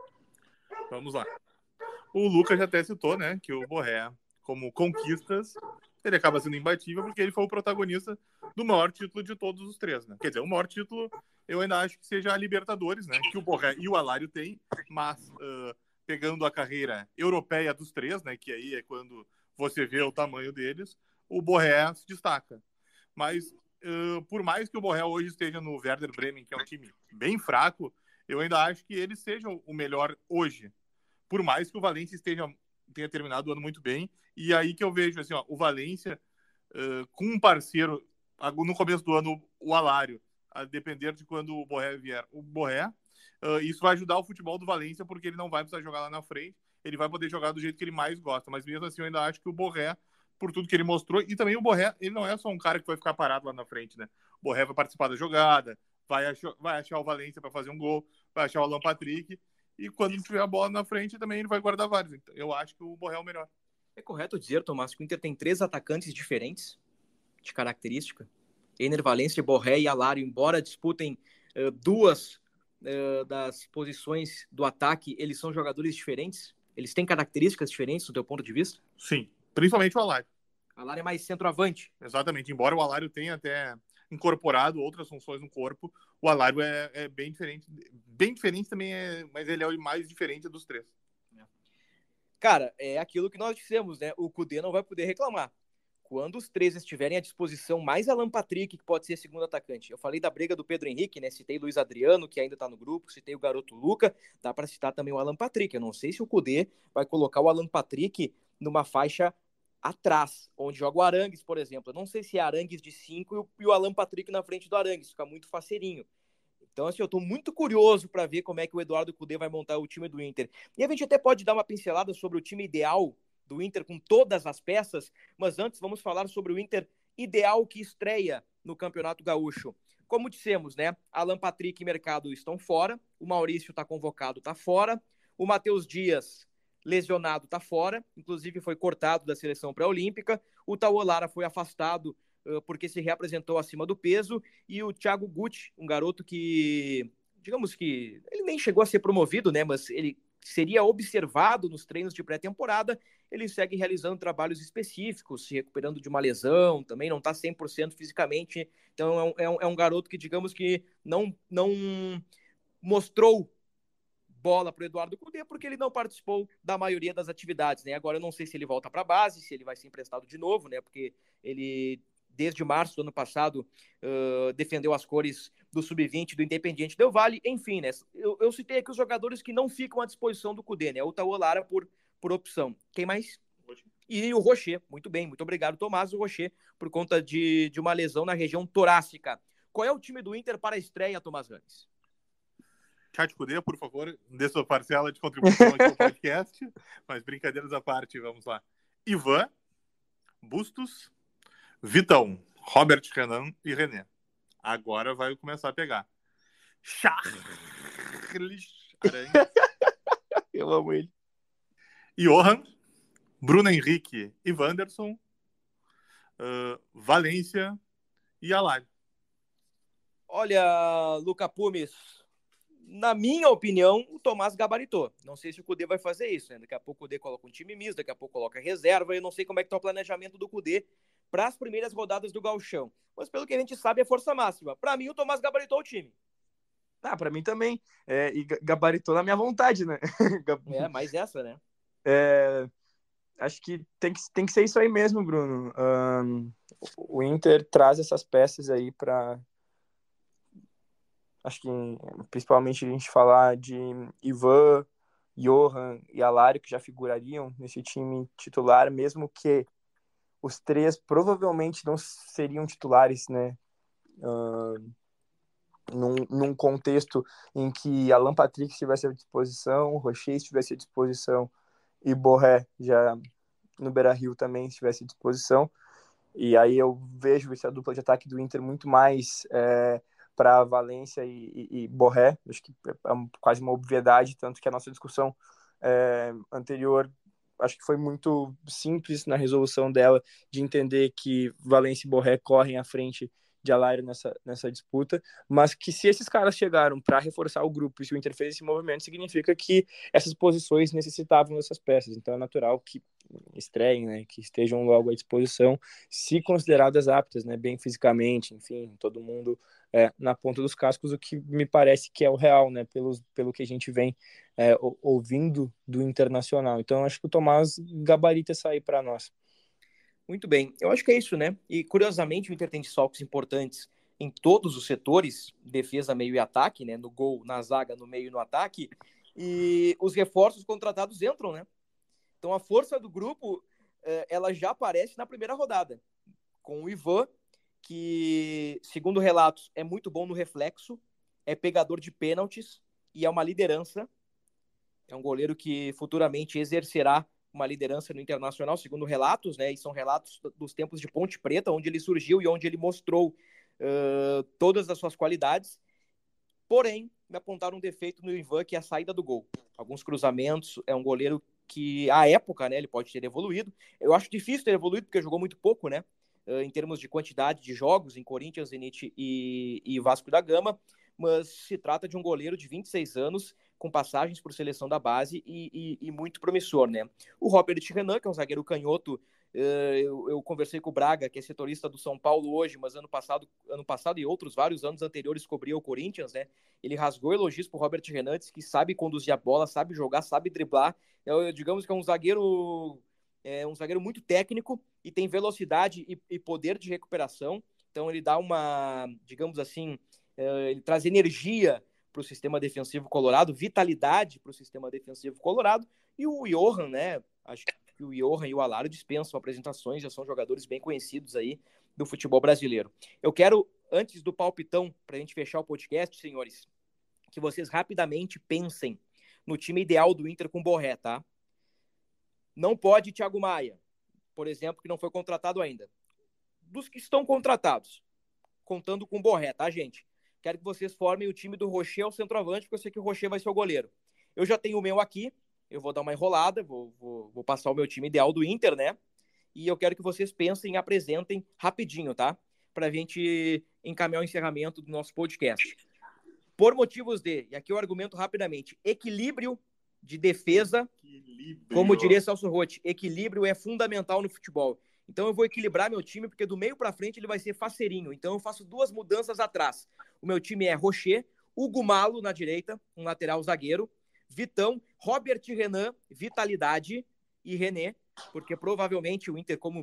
Vamos lá. O Lucas já até citou, né, que o Borré, como conquistas, ele acaba sendo imbatível porque ele foi o protagonista do maior título de todos os três, né? Quer dizer, o maior título eu ainda acho que seja a Libertadores, né? Que o Borré e o Alário têm, mas uh, pegando a carreira europeia dos três, né? Que aí é quando você vê o tamanho deles, o Borré se destaca. Mas uh, por mais que o Borré hoje esteja no Werder Bremen, que é um time bem fraco, eu ainda acho que eles sejam o melhor hoje. Por mais que o Valencia esteja tenha terminado o ano muito bem, e aí que eu vejo assim, ó, o Valencia uh, com um parceiro no começo do ano, o Alário, a depender de quando o Borré vier, o Borré, uh, isso vai ajudar o futebol do Valencia, porque ele não vai precisar jogar lá na frente, ele vai poder jogar do jeito que ele mais gosta, mas mesmo assim eu ainda acho que o Borré, por tudo que ele mostrou, e também o Borré, ele não é só um cara que vai ficar parado lá na frente, né? O Borré vai participar da jogada, vai achar, vai achar o Valencia para fazer um gol, vai achar o Alan Patrick, e quando não tiver a bola na frente, também ele vai guardar vários. Então, eu acho que o Borré é o melhor. É correto dizer, Tomás, que o Inter tem três atacantes diferentes de característica? Ener Valencia, Borré e Alário, embora disputem uh, duas uh, das posições do ataque, eles são jogadores diferentes? Eles têm características diferentes do teu ponto de vista? Sim, principalmente o Alário. Alário é mais centroavante. Exatamente, embora o Alário tenha até incorporado outras funções no corpo, o Alário é, é bem diferente. Bem diferente também, é, mas ele é o mais diferente dos três. Cara, é aquilo que nós dissemos, né? O Kudê não vai poder reclamar. Quando os três estiverem à disposição, mais Alan Patrick, que pode ser segundo atacante. Eu falei da briga do Pedro Henrique, né? Citei Luiz Adriano, que ainda tá no grupo, citei o garoto Luca, dá para citar também o Alan Patrick. Eu não sei se o Kudê vai colocar o Alan Patrick numa faixa atrás, onde joga o Arangues, por exemplo. Eu não sei se é Arangues de cinco e o Alan Patrick na frente do Arangues, fica muito faceirinho. Então, assim, eu tô muito curioso para ver como é que o Eduardo Kudê vai montar o time do Inter. E a gente até pode dar uma pincelada sobre o time ideal do Inter com todas as peças, mas antes vamos falar sobre o Inter ideal que estreia no Campeonato Gaúcho. Como dissemos, né? Alan Patrick e Mercado estão fora, o Maurício tá convocado, tá fora, o Matheus Dias lesionado tá fora, inclusive foi cortado da seleção pré-olímpica, o Tauolara foi afastado uh, porque se reapresentou acima do peso, e o Thiago Guti, um garoto que, digamos que, ele nem chegou a ser promovido, né, mas ele seria observado nos treinos de pré-temporada, ele segue realizando trabalhos específicos, se recuperando de uma lesão, também não está cem por cento fisicamente, então é um, é um, é um garoto que, digamos que, não, não mostrou bola para o Eduardo Kudê, porque ele não participou da maioria das atividades, né? Agora eu não sei se ele volta para a base, se ele vai ser emprestado de novo, né? Porque ele desde março do ano passado, uh, defendeu as cores do sub vinte do Independiente Del Valle. Enfim, né? Eu, eu citei aqui os jogadores que não ficam à disposição do Cudê, né? O Tauan Lara por, por opção. Quem mais? E o Rocher. Muito bem, muito obrigado, Tomás. O Rocher, por conta de, de uma lesão na região torácica. Qual é o time do Inter para a estreia, Tomás Rames? Chat Cudê, por favor, dê sua parcela de contribuição aqui no podcast. Mas brincadeiras à parte, vamos lá. Ivan, Bustos, Vitão, Robert Renan e René. Agora vai começar a pegar. Charles Aranha. Eu amo ele. Johan, Bruno Henrique e Wanderson, uh, Valência e Alari. Olha, Luca Pumes, na minha opinião, o Tomás gabaritou. Não sei se o Cudê vai fazer isso, né? Daqui a pouco o Cudê coloca um time misto, daqui a pouco coloca reserva. Eu não sei como é que tá o planejamento do Cudê para as primeiras rodadas do Gauchão. Mas pelo que a gente sabe, é força máxima. Para mim, o Tomás gabaritou o time. Ah, para mim também. É, e gabaritou na minha vontade, né? É, mais essa, né? É, acho que tem, que tem que ser isso aí mesmo, Bruno. Um, o Inter traz essas peças aí para... Acho que principalmente a gente falar de Ivan, Johan e Alário, que já figurariam nesse time titular, mesmo que os três provavelmente não seriam titulares, né? Uh, num, num contexto em que Alan Patrick estivesse à disposição, Rocher estivesse à disposição e Borré já no Beira-Rio também estivesse à disposição. E aí eu vejo essa dupla de ataque do Inter muito mais... É, para Valência e, e, e Borré, acho que é quase uma obviedade, tanto que a nossa discussão é, anterior, acho que foi muito simples na resolução dela, de entender que Valência e Borré correm à frente de Alário nessa, nessa disputa, mas que se esses caras chegaram para reforçar o grupo e se o Inter fez esse movimento, significa que essas posições necessitavam dessas peças, então é natural que estreiem, né, que estejam logo à disposição, se consideradas aptas, né, bem fisicamente, enfim, todo mundo é, na ponta dos cascos, o que me parece que é o real, né, pelos, pelo que a gente vem é, ouvindo do Internacional. Então acho que o Tomás gabarita sair para nós. Muito bem, eu acho que é isso, né? E curiosamente o Inter tem desfalques importantes em todos os setores, defesa, meio e ataque, né? No gol, na zaga, no meio e no ataque, e os reforços contratados entram, né? Então a força do grupo, ela já aparece na primeira rodada, com o Ivan, que, segundo relatos, é muito bom no reflexo, é pegador de pênaltis e é uma liderança, é um goleiro que futuramente exercerá uma liderança no Internacional, segundo relatos, né, e são relatos dos tempos de Ponte Preta, onde ele surgiu e onde ele mostrou uh, todas as suas qualidades, porém, me apontaram um defeito no Ivan, que é a saída do gol. Alguns cruzamentos, é um goleiro que, à época, né, ele pode ter evoluído. Eu acho difícil ter evoluído, porque jogou muito pouco, né, uh, em termos de quantidade de jogos, em Corinthians, Zenit e, e Vasco da Gama, mas se trata de um goleiro de vinte e seis anos, com passagens por seleção da base e, e, e muito promissor, né? O Robert Renan, que é um zagueiro canhoto, uh, eu, eu conversei com o Braga, que é setorista do São Paulo hoje, mas ano passado, ano passado e outros vários anos anteriores cobria o Corinthians, né? Ele rasgou elogios pro Robert Renan, disse que sabe conduzir a bola, sabe jogar, sabe driblar. Eu, digamos que é um zagueiro, é um zagueiro muito técnico e tem velocidade e, e poder de recuperação. Então ele dá uma, digamos assim, uh, ele traz energia para o sistema defensivo colorado, vitalidade para o sistema defensivo colorado, e o Johan, né, acho que o Johan e o Alário dispensam apresentações, já são jogadores bem conhecidos aí do futebol brasileiro. Eu quero, antes do palpitão, para a gente fechar o podcast, senhores, que vocês rapidamente pensem no time ideal do Inter com Borré, tá? Não pode Thiago Maia, por exemplo, que não foi contratado ainda. Dos que estão contratados, contando com Borré, tá, gente? Quero que vocês formem o time do Rocher ao centroavante, porque eu sei que o Rocher vai ser o goleiro. Eu já tenho o meu aqui, eu vou dar uma enrolada, vou, vou, vou passar o meu time ideal do Inter, né? E eu quero que vocês pensem e apresentem rapidinho, tá? Pra gente encaminhar o encerramento do nosso podcast. Por motivos de, e aqui eu argumento rapidamente, equilíbrio de defesa, equilíbrio. Como diria Celso Rotti, equilíbrio é fundamental no futebol. Então eu vou equilibrar meu time, porque do meio para frente ele vai ser faceirinho. Então eu faço duas mudanças atrás. O meu time é Rocher, Hugo Malo na direita, um lateral zagueiro, Vitão, Robert Renan, vitalidade e René, porque provavelmente o Inter, como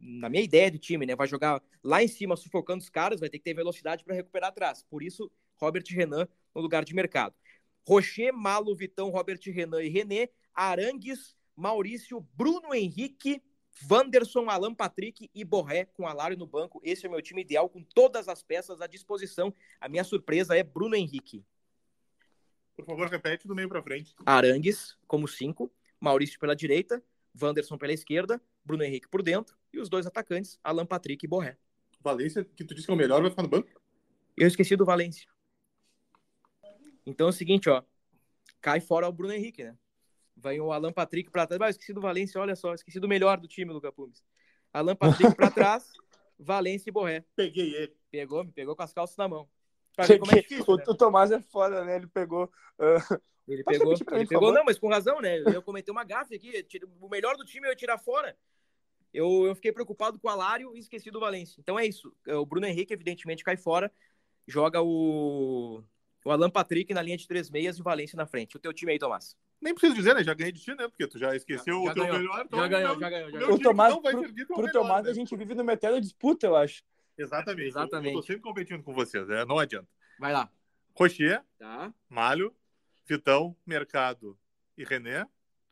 na minha ideia de time, né? Vai jogar lá em cima, sufocando os caras, vai ter que ter velocidade para recuperar atrás. Por isso, Robert Renan no lugar de mercado. Rocher, Malo, Vitão, Robert Renan e René, Arangues, Maurício, Bruno Henrique, Wanderson, Alan Patrick e Borré com Alário no banco. Esse é o meu time ideal, com todas as peças à disposição. A minha surpresa é Bruno Henrique. Por favor, repete do meio para frente. Arangues como cinco, Maurício pela direita, Wanderson pela esquerda, Bruno Henrique por dentro e os dois atacantes, Alan Patrick e Borré. Valência, que tu disse que é o melhor, vai ficar no banco? Eu esqueci do Valência. Então é o seguinte, ó, cai fora o Bruno Henrique, né? Vai o Alan Patrick pra trás. Ah, eu esqueci do Valência, olha só, esqueci do melhor do time, Luca Pumes. Alan Patrick pra trás, Valência e Borré. Peguei ele. Pegou, me pegou com as calças na mão. Pra ver como é difícil, o, né? o Tomás é foda, né? Ele pegou... Uh... Ele Pode pegou, repetir pra ele mim, por pegou favor? não, mas com razão, né? Eu cometei uma gafe aqui. O melhor do time eu ia tirar fora. Eu, eu fiquei preocupado com o Alário e esqueci do Valência. Então é isso. O Bruno Henrique, evidentemente, cai fora. Joga o, o Alan Patrick na linha de três meias e o Valência na frente. O teu time aí, Tomás. Nem preciso dizer, né? Já ganhei de ti, né? Porque tu já esqueceu Já o teu ganhou. melhor. Já ganhou, já ganhou, já meu ganhou. O time Tomás, não vai pro, servir como pro melhor, Tomás né? a gente vive numa eterna disputa, eu acho. Exatamente. Exatamente. Eu, eu tô sempre competindo com vocês, né? Não adianta. Vai lá. Rocher, Tá. Malho, Vitão, Mercado e René.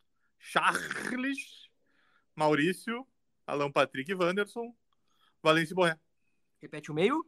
Charles, Maurício, Alan Patrick e Wanderson, Valência e Borré. Repete o meio.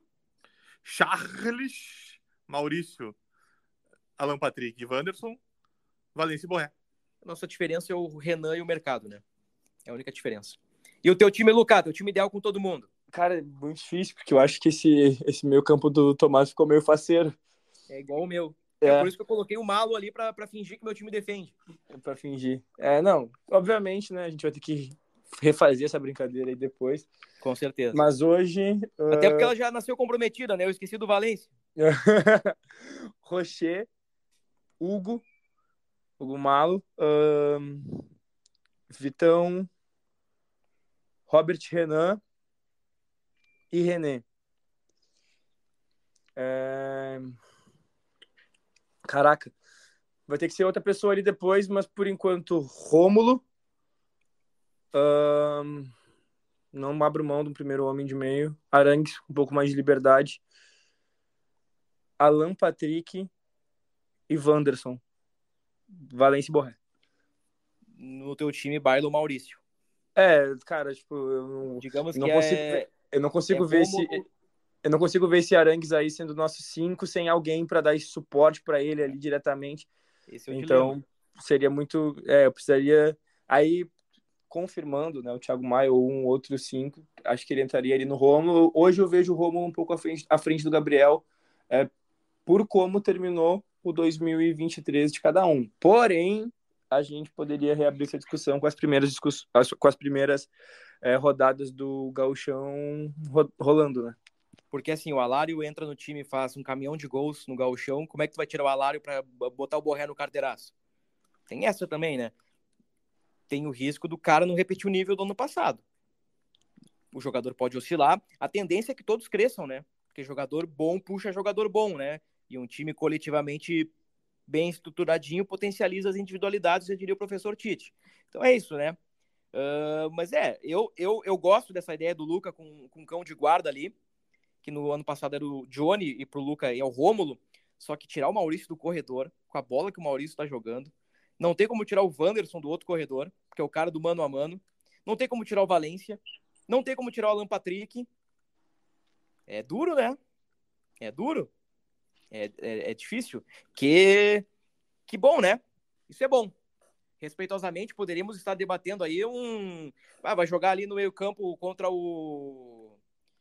Charles, Maurício, Alan Patrick e Wanderson, Valência e Borré. A nossa diferença é o Renan e o Mercado, né? É a única diferença. E o teu time, Lucas? Teu time ideal com todo mundo? Cara, é muito difícil, porque eu acho que esse, esse meio campo do Tomás ficou meio faceiro. É igual o meu. É, É. por isso que eu coloquei o Malo ali pra, pra fingir que meu time defende. Pra fingir. É, não, obviamente, né, a gente vai ter que refazer essa brincadeira aí depois. Com certeza. Mas hoje... Até uh, porque ela já nasceu comprometida, né? Eu esqueci do Valência. Rocher, Hugo, Hugo Malo, ahn, Vitão, Robert Renan e René. É... Caraca, vai ter que ser outra pessoa ali depois, mas por enquanto Rômulo. Ahn, Não abro mão do primeiro homem de meio. Arangues, um pouco mais de liberdade. Alan Patrick e Wanderson. Valência e Borré. No teu time, Bailo Maurício. É, cara, tipo, eu não, Digamos não que consigo é... ver, eu não consigo é ver Rômulo- esse eu não consigo ver esse Arangues aí sendo nosso cinco sem alguém para dar esse suporte para ele ali diretamente. Esse é o Então, dilema. seria muito, é, eu precisaria aí confirmando, né, o Thiago Maia ou um outro cinco, acho que ele entraria ali no Rômulo. Hoje eu vejo o Rômulo um pouco à frente, à frente do Gabriel, é, por como terminou o dois mil e vinte e três de cada um. Porém, a gente poderia reabrir essa discussão com as primeiras discuss... com as primeiras é, rodadas do Gauchão ro- rolando, né? Porque assim, o Alário entra no time e faz um caminhão de gols no gauchão. Como é que tu vai tirar o Alário pra botar o Borré no carteiraço? Tem essa também, né? Tem o risco do cara não repetir o nível do ano passado. O jogador pode oscilar. A tendência é que todos cresçam, né? Porque jogador bom puxa jogador bom, né? E um time coletivamente bem estruturadinho potencializa as individualidades, eu diria o professor Tite. Então é isso, né? Uh, mas é, eu, eu, eu gosto dessa ideia do Luca com, com cão de guarda ali, que no ano passado era o Johnny e pro Luca é o Rômulo, só que tirar o Maurício do corredor, com a bola que o Maurício tá jogando, não tem como tirar o Wanderson do outro corredor, que é o cara do mano a mano, não tem como tirar o Valência, não tem como tirar o Alan Patrick. É duro, né? É duro. É, é, é difícil. Que, que bom, né? Isso é bom. Respeitosamente, poderíamos estar debatendo aí um... Ah, vai jogar ali no meio campo contra o...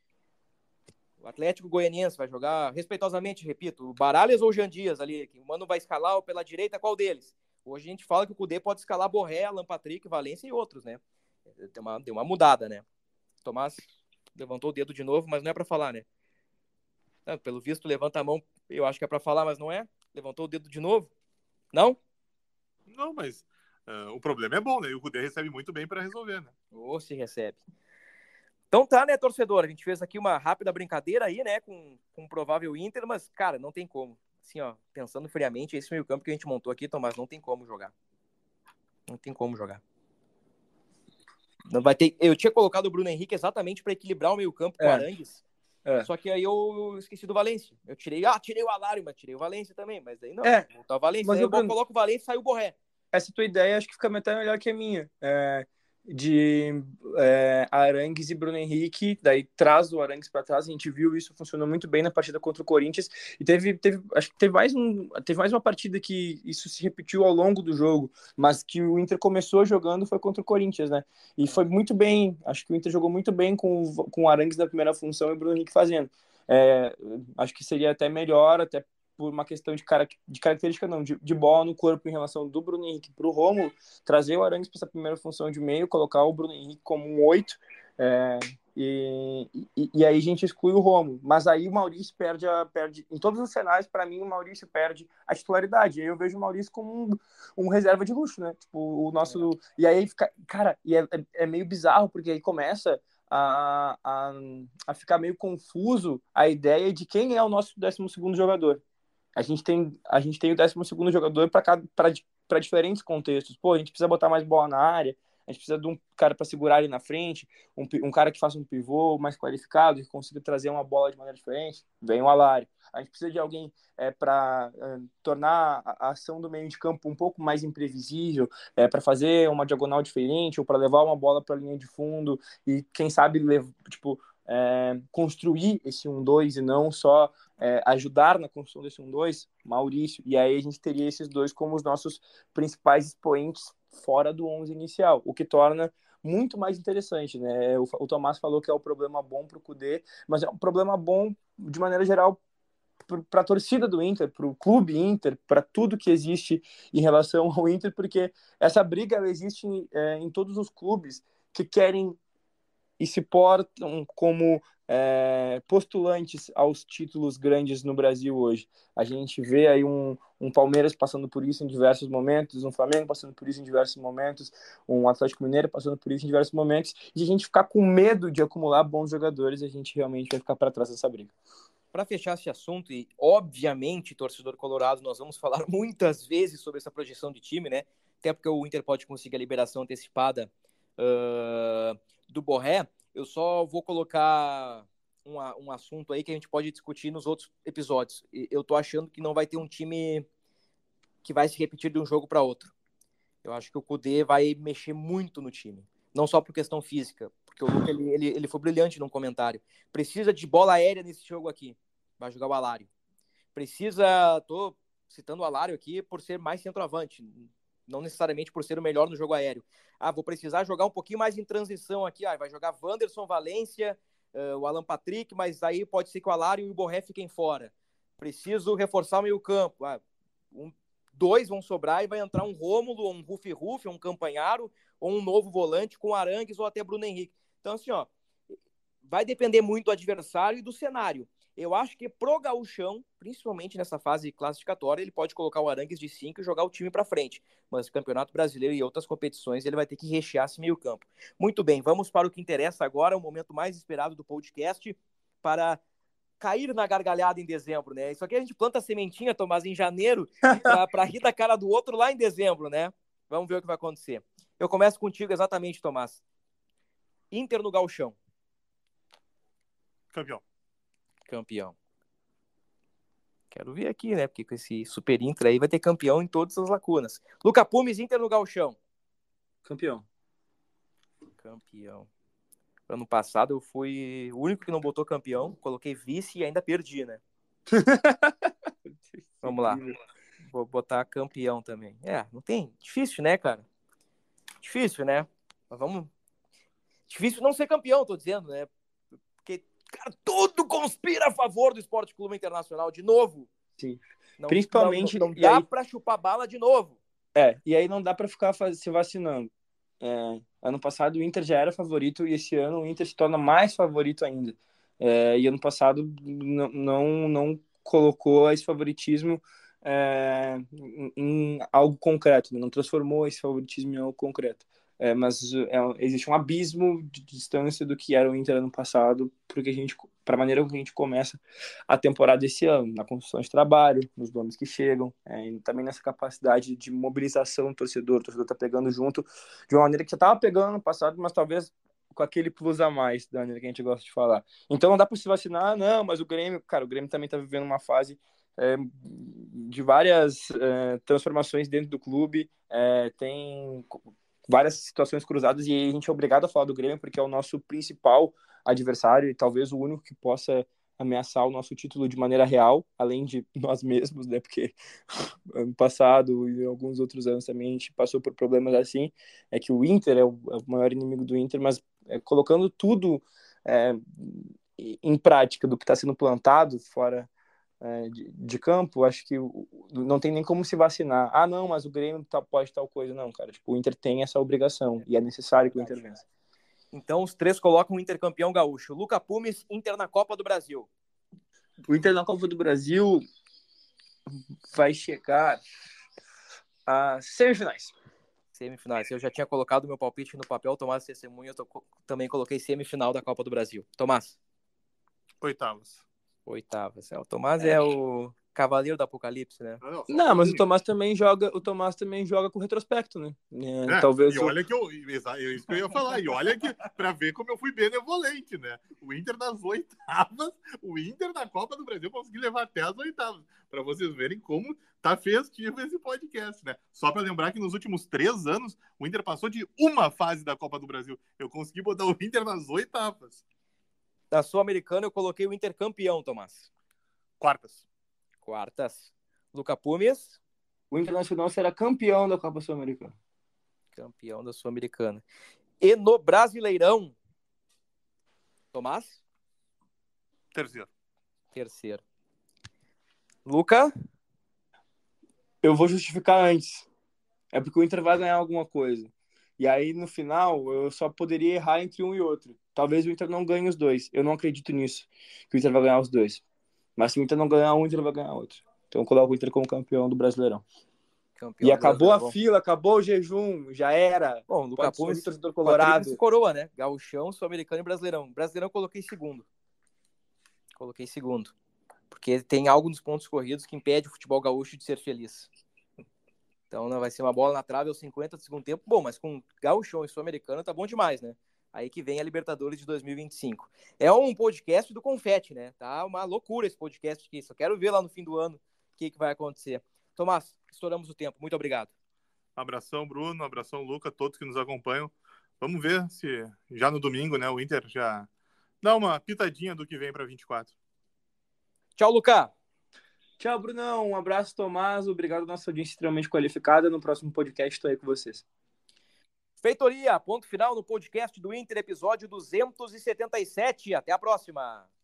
o Atlético Goianiense, vai jogar, respeitosamente, repito, o Baralhas ou o Jean Dias ali, que o Mano vai escalar pela direita, qual deles? Hoje a gente fala que o Cudê pode escalar Borré, Alan Patrick, Valência e outros, né? Deu uma, deu uma mudada, né? Tomás levantou o dedo de novo, mas não é pra falar, né? Não, pelo visto, levanta a mão, eu acho que é pra falar, mas não é? Levantou o dedo de novo? Não? Não, mas uh, o problema é bom, né? E o Cudê recebe muito bem para resolver, né? Ou se recebe. Então tá, né, torcedor? A gente fez aqui uma rápida brincadeira aí, né, com, com um provável Inter, mas, cara, não tem como. Assim, ó, pensando friamente, esse meio campo que a gente montou aqui, Tomás, não tem como jogar. Não tem como jogar. Não vai ter... Eu tinha colocado o Bruno Henrique exatamente para equilibrar o meio-campo com o É. Arangues. É. Só que aí eu esqueci do Valência. Eu tirei, ah, tirei o Alário, mas tirei o Valência também. Mas daí não, É, voltar o Valência. mas Aí o eu Bruno- coloco o Valência e sai o Borré. Essa tua ideia acho que fica até melhor que a minha. É, de é, Arangues e Bruno Henrique, daí traz o Arangues para trás. A gente viu isso, funcionou muito bem na partida contra o Corinthians. E teve, teve acho que teve mais, um, teve mais uma partida que isso se repetiu ao longo do jogo, mas que o Inter começou jogando foi contra o Corinthians, né? E foi muito bem. Acho que o Inter jogou muito bem com, o- com o Arangues na primeira função e o Bruno Henrique fazendo. É, acho que seria até melhor, até por uma questão de, cara, de característica, não, de, de bola no corpo em relação do Bruno Henrique para o Rômulo, trazer o Arangues para essa primeira função de meio, colocar o Bruno Henrique como um oito, é, e, e, e aí a gente exclui o Rômulo. Mas aí o Maurício perde, a, perde em todos os cenários, para mim, o Maurício perde a titularidade. E aí eu vejo o Maurício como um, um reserva de luxo, né? Tipo, o nosso. E aí fica. Cara, e é, é, é meio bizarro, porque aí começa. A, a, a ficar meio confuso a ideia de quem é o nosso décimo segundo jogador. A gente tem, a gente tem o décimo segundo jogador para diferentes contextos. Pô, a gente precisa botar mais bola na área, a gente precisa de um cara para segurar ali na frente, um, um cara que faça um pivô mais qualificado, que consiga trazer uma bola de maneira diferente. Vem o Alário. A gente precisa de alguém é, para é, tornar a ação do meio de campo um pouco mais imprevisível, é, para fazer uma diagonal diferente, ou para levar uma bola para a linha de fundo e, quem sabe, levar, tipo, é, construir esse um dois e não só é, ajudar na construção desse um dois, Maurício. E aí a gente teria esses dois como os nossos principais expoentes fora do onze inicial, o que torna muito mais interessante, né? O, o Tomás falou que é um problema bom para o Cudê, mas é um problema bom de maneira geral para a torcida do Inter, para o clube Inter, para tudo que existe em relação ao Inter, porque essa briga ela existe em, é, em todos os clubes que querem e se portam como é, postulantes aos títulos grandes no Brasil hoje. A gente vê aí um, um Palmeiras passando por isso em diversos momentos, um Flamengo passando por isso em diversos momentos, um Atlético Mineiro passando por isso em diversos momentos, e a gente ficar com medo de acumular bons jogadores, a gente realmente vai ficar para trás dessa briga. Para fechar esse assunto, e obviamente, torcedor colorado, nós vamos falar muitas vezes sobre essa projeção de time, né? Até porque o Inter pode conseguir a liberação antecipada uh, do Borré. Eu só vou colocar um, um assunto aí que a gente pode discutir nos outros episódios. Eu tô achando que não vai ter um time que vai se repetir de um jogo para outro. Eu acho que o Cudê vai mexer muito no time. Não só por questão física, porque o Luca ele, ele, ele foi brilhante num comentário. Precisa de bola aérea nesse jogo aqui. Vai jogar o Alário. Precisa... Tô citando o Alário aqui por ser mais centroavante. Não necessariamente por ser o melhor no jogo aéreo. Ah, vou precisar jogar um pouquinho mais em transição aqui. Ah, vai jogar Wanderson, Valência, uh, o Alan Patrick, mas aí pode ser que o Alário e o Borré fiquem fora. Preciso reforçar o meio campo. Ah, um, dois vão sobrar e vai entrar um Rômulo, um Rufi Rufi, um Campanharo, ou um novo volante com Arangues ou até Bruno Henrique. Então, assim, ó, vai depender muito do adversário e do cenário. Eu acho que pro Gauchão, principalmente nessa fase classificatória, ele pode colocar o Arangues de cinco e jogar o time para frente. Mas o Campeonato Brasileiro e outras competições, ele vai ter que rechear esse meio campo. Muito bem, vamos para o que interessa agora, o momento mais esperado do podcast, para cair na gargalhada em dezembro, né? Isso aqui a gente planta a sementinha, Tomás, em janeiro, para rir da cara do outro lá em dezembro, né? Vamos ver o que vai acontecer. Eu começo contigo exatamente, Tomás. Inter no Gauchão. Campeão. Campeão. Quero ver aqui, né? Porque com esse Super Inter aí vai ter campeão em todas as lacunas. Luca Pumes, Inter no Gauchão. Campeão. Campeão. Ano passado eu fui o único que não botou campeão. Coloquei vice e ainda perdi, né? Vamos lá. Vou botar campeão também. É, não tem... Difícil, né, cara? Difícil, né? Mas vamos... Difícil não ser campeão, tô dizendo, né? Porque, cara, tudo conspira a favor do Esporte Clube Internacional de novo. Sim. Não, Principalmente... Não, não dá aí... pra chupar bala de novo. É, e aí não dá pra ficar faz... se vacinando. É, ano passado o Inter já era favorito e esse ano o Inter se torna mais favorito ainda. É, e ano passado não, não, não colocou esse favoritismo é, em, em algo concreto, né? Não transformou esse favoritismo em algo concreto. é, mas é, existe um abismo de distância do que era o Inter ano passado, porque a gente, para a maneira que a gente começa a temporada esse ano, na construção de trabalho, nos nomes que chegam, é, e também nessa capacidade de mobilização do torcedor, o torcedor está pegando junto de uma maneira que já estava pegando no passado, mas talvez com aquele plus a mais, da maneira que a gente gosta de falar. Então não dá para se vacinar, não, mas o Grêmio, cara, o Grêmio também está vivendo uma fase é, de várias é, transformações dentro do clube, é, tem várias situações cruzadas e a gente é obrigado a falar do Grêmio porque é o nosso principal adversário e talvez o único que possa ameaçar o nosso título de maneira real, além de nós mesmos, né, porque ano passado e alguns outros anos também a gente passou por problemas assim, é que o Inter é o, é o maior inimigo do Inter, mas é, colocando tudo é, em prática do que está sendo plantado fora é, de, de campo, acho que o, não tem nem como se vacinar. Ah, não, mas o Grêmio tá, pode tal coisa. Não, cara, tipo, o Inter tem essa obrigação e é necessário que o Inter vença. Então os três colocam o Inter campeão gaúcho. Luca Pumes, Inter na Copa do Brasil. O Inter na Copa do Brasil vai chegar às semifinais. Semifinais. Eu já tinha colocado meu palpite no papel, Tomás Testemunha, eu tô, também coloquei semifinal da Copa do Brasil. Tomás? Oitavas. Oitavas. É, o Tomás é. é o cavaleiro do apocalipse, né? Não, não, mas o Tomás também joga, o Tomás também joga com retrospecto, né? É, é, talvez e o... olha que eu, é isso que eu ia falar, e olha que para ver como eu fui benevolente, né? O Inter nas oitavas, o Inter na Copa do Brasil consegui levar até as oitavas, para vocês verem como tá festivo esse podcast, né? Só para lembrar que nos últimos três anos o Inter passou de uma fase da Copa do Brasil. Eu consegui botar o Inter nas oitavas. Da Sul-Americana eu coloquei o Inter campeão, Tomás. Quartas. Quartas. Luca Pumes. O Internacional será campeão da Copa Sul-Americana. Campeão da Sul-Americana. E no Brasileirão, Tomás? Terceiro. Terceiro. Luca? Eu vou justificar antes. É porque o Inter vai ganhar alguma coisa. E aí, no final, eu só poderia errar entre um e outro. Talvez o Inter não ganhe os dois. Eu não acredito nisso, que o Inter vai ganhar os dois. Mas se o Inter não ganhar um, o Inter vai ganhar outro. Então eu coloco o Inter como campeão do Brasileirão. Campeão e acabou Brasileirão. A fila, acabou o jejum, já era. Bom, Luca Pumes, torcedor colorado. Coroa, né? Gauchão, Sul-Americano e Brasileirão. Brasileirão eu coloquei segundo. Coloquei segundo. Porque tem algo nos pontos corridos que impede o futebol gaúcho de ser feliz. Então não vai ser uma bola na trave aos cinquenta do segundo tempo. Bom, mas com Gauchão e Sul-Americano tá bom demais, né? Aí que vem a Libertadores de dois mil e vinte e cinco. É um podcast do confete, né? Tá uma loucura esse podcast aqui. Só quero ver lá no fim do ano o que, que vai acontecer. Tomás, estouramos o tempo. Muito obrigado. Abração, Bruno. Abração, Luca. Todos que nos acompanham. Vamos ver se já no domingo, né? O Inter já dá uma pitadinha do que vem para vinte e quatro. Tchau, Luca. Tchau, Brunão. Um abraço, Tomás. Obrigado, nossa audiência extremamente qualificada. No próximo podcast estou aí com vocês. Feitoria, ponto final no podcast do Inter, episódio duzentos e setenta e sete. Até a próxima.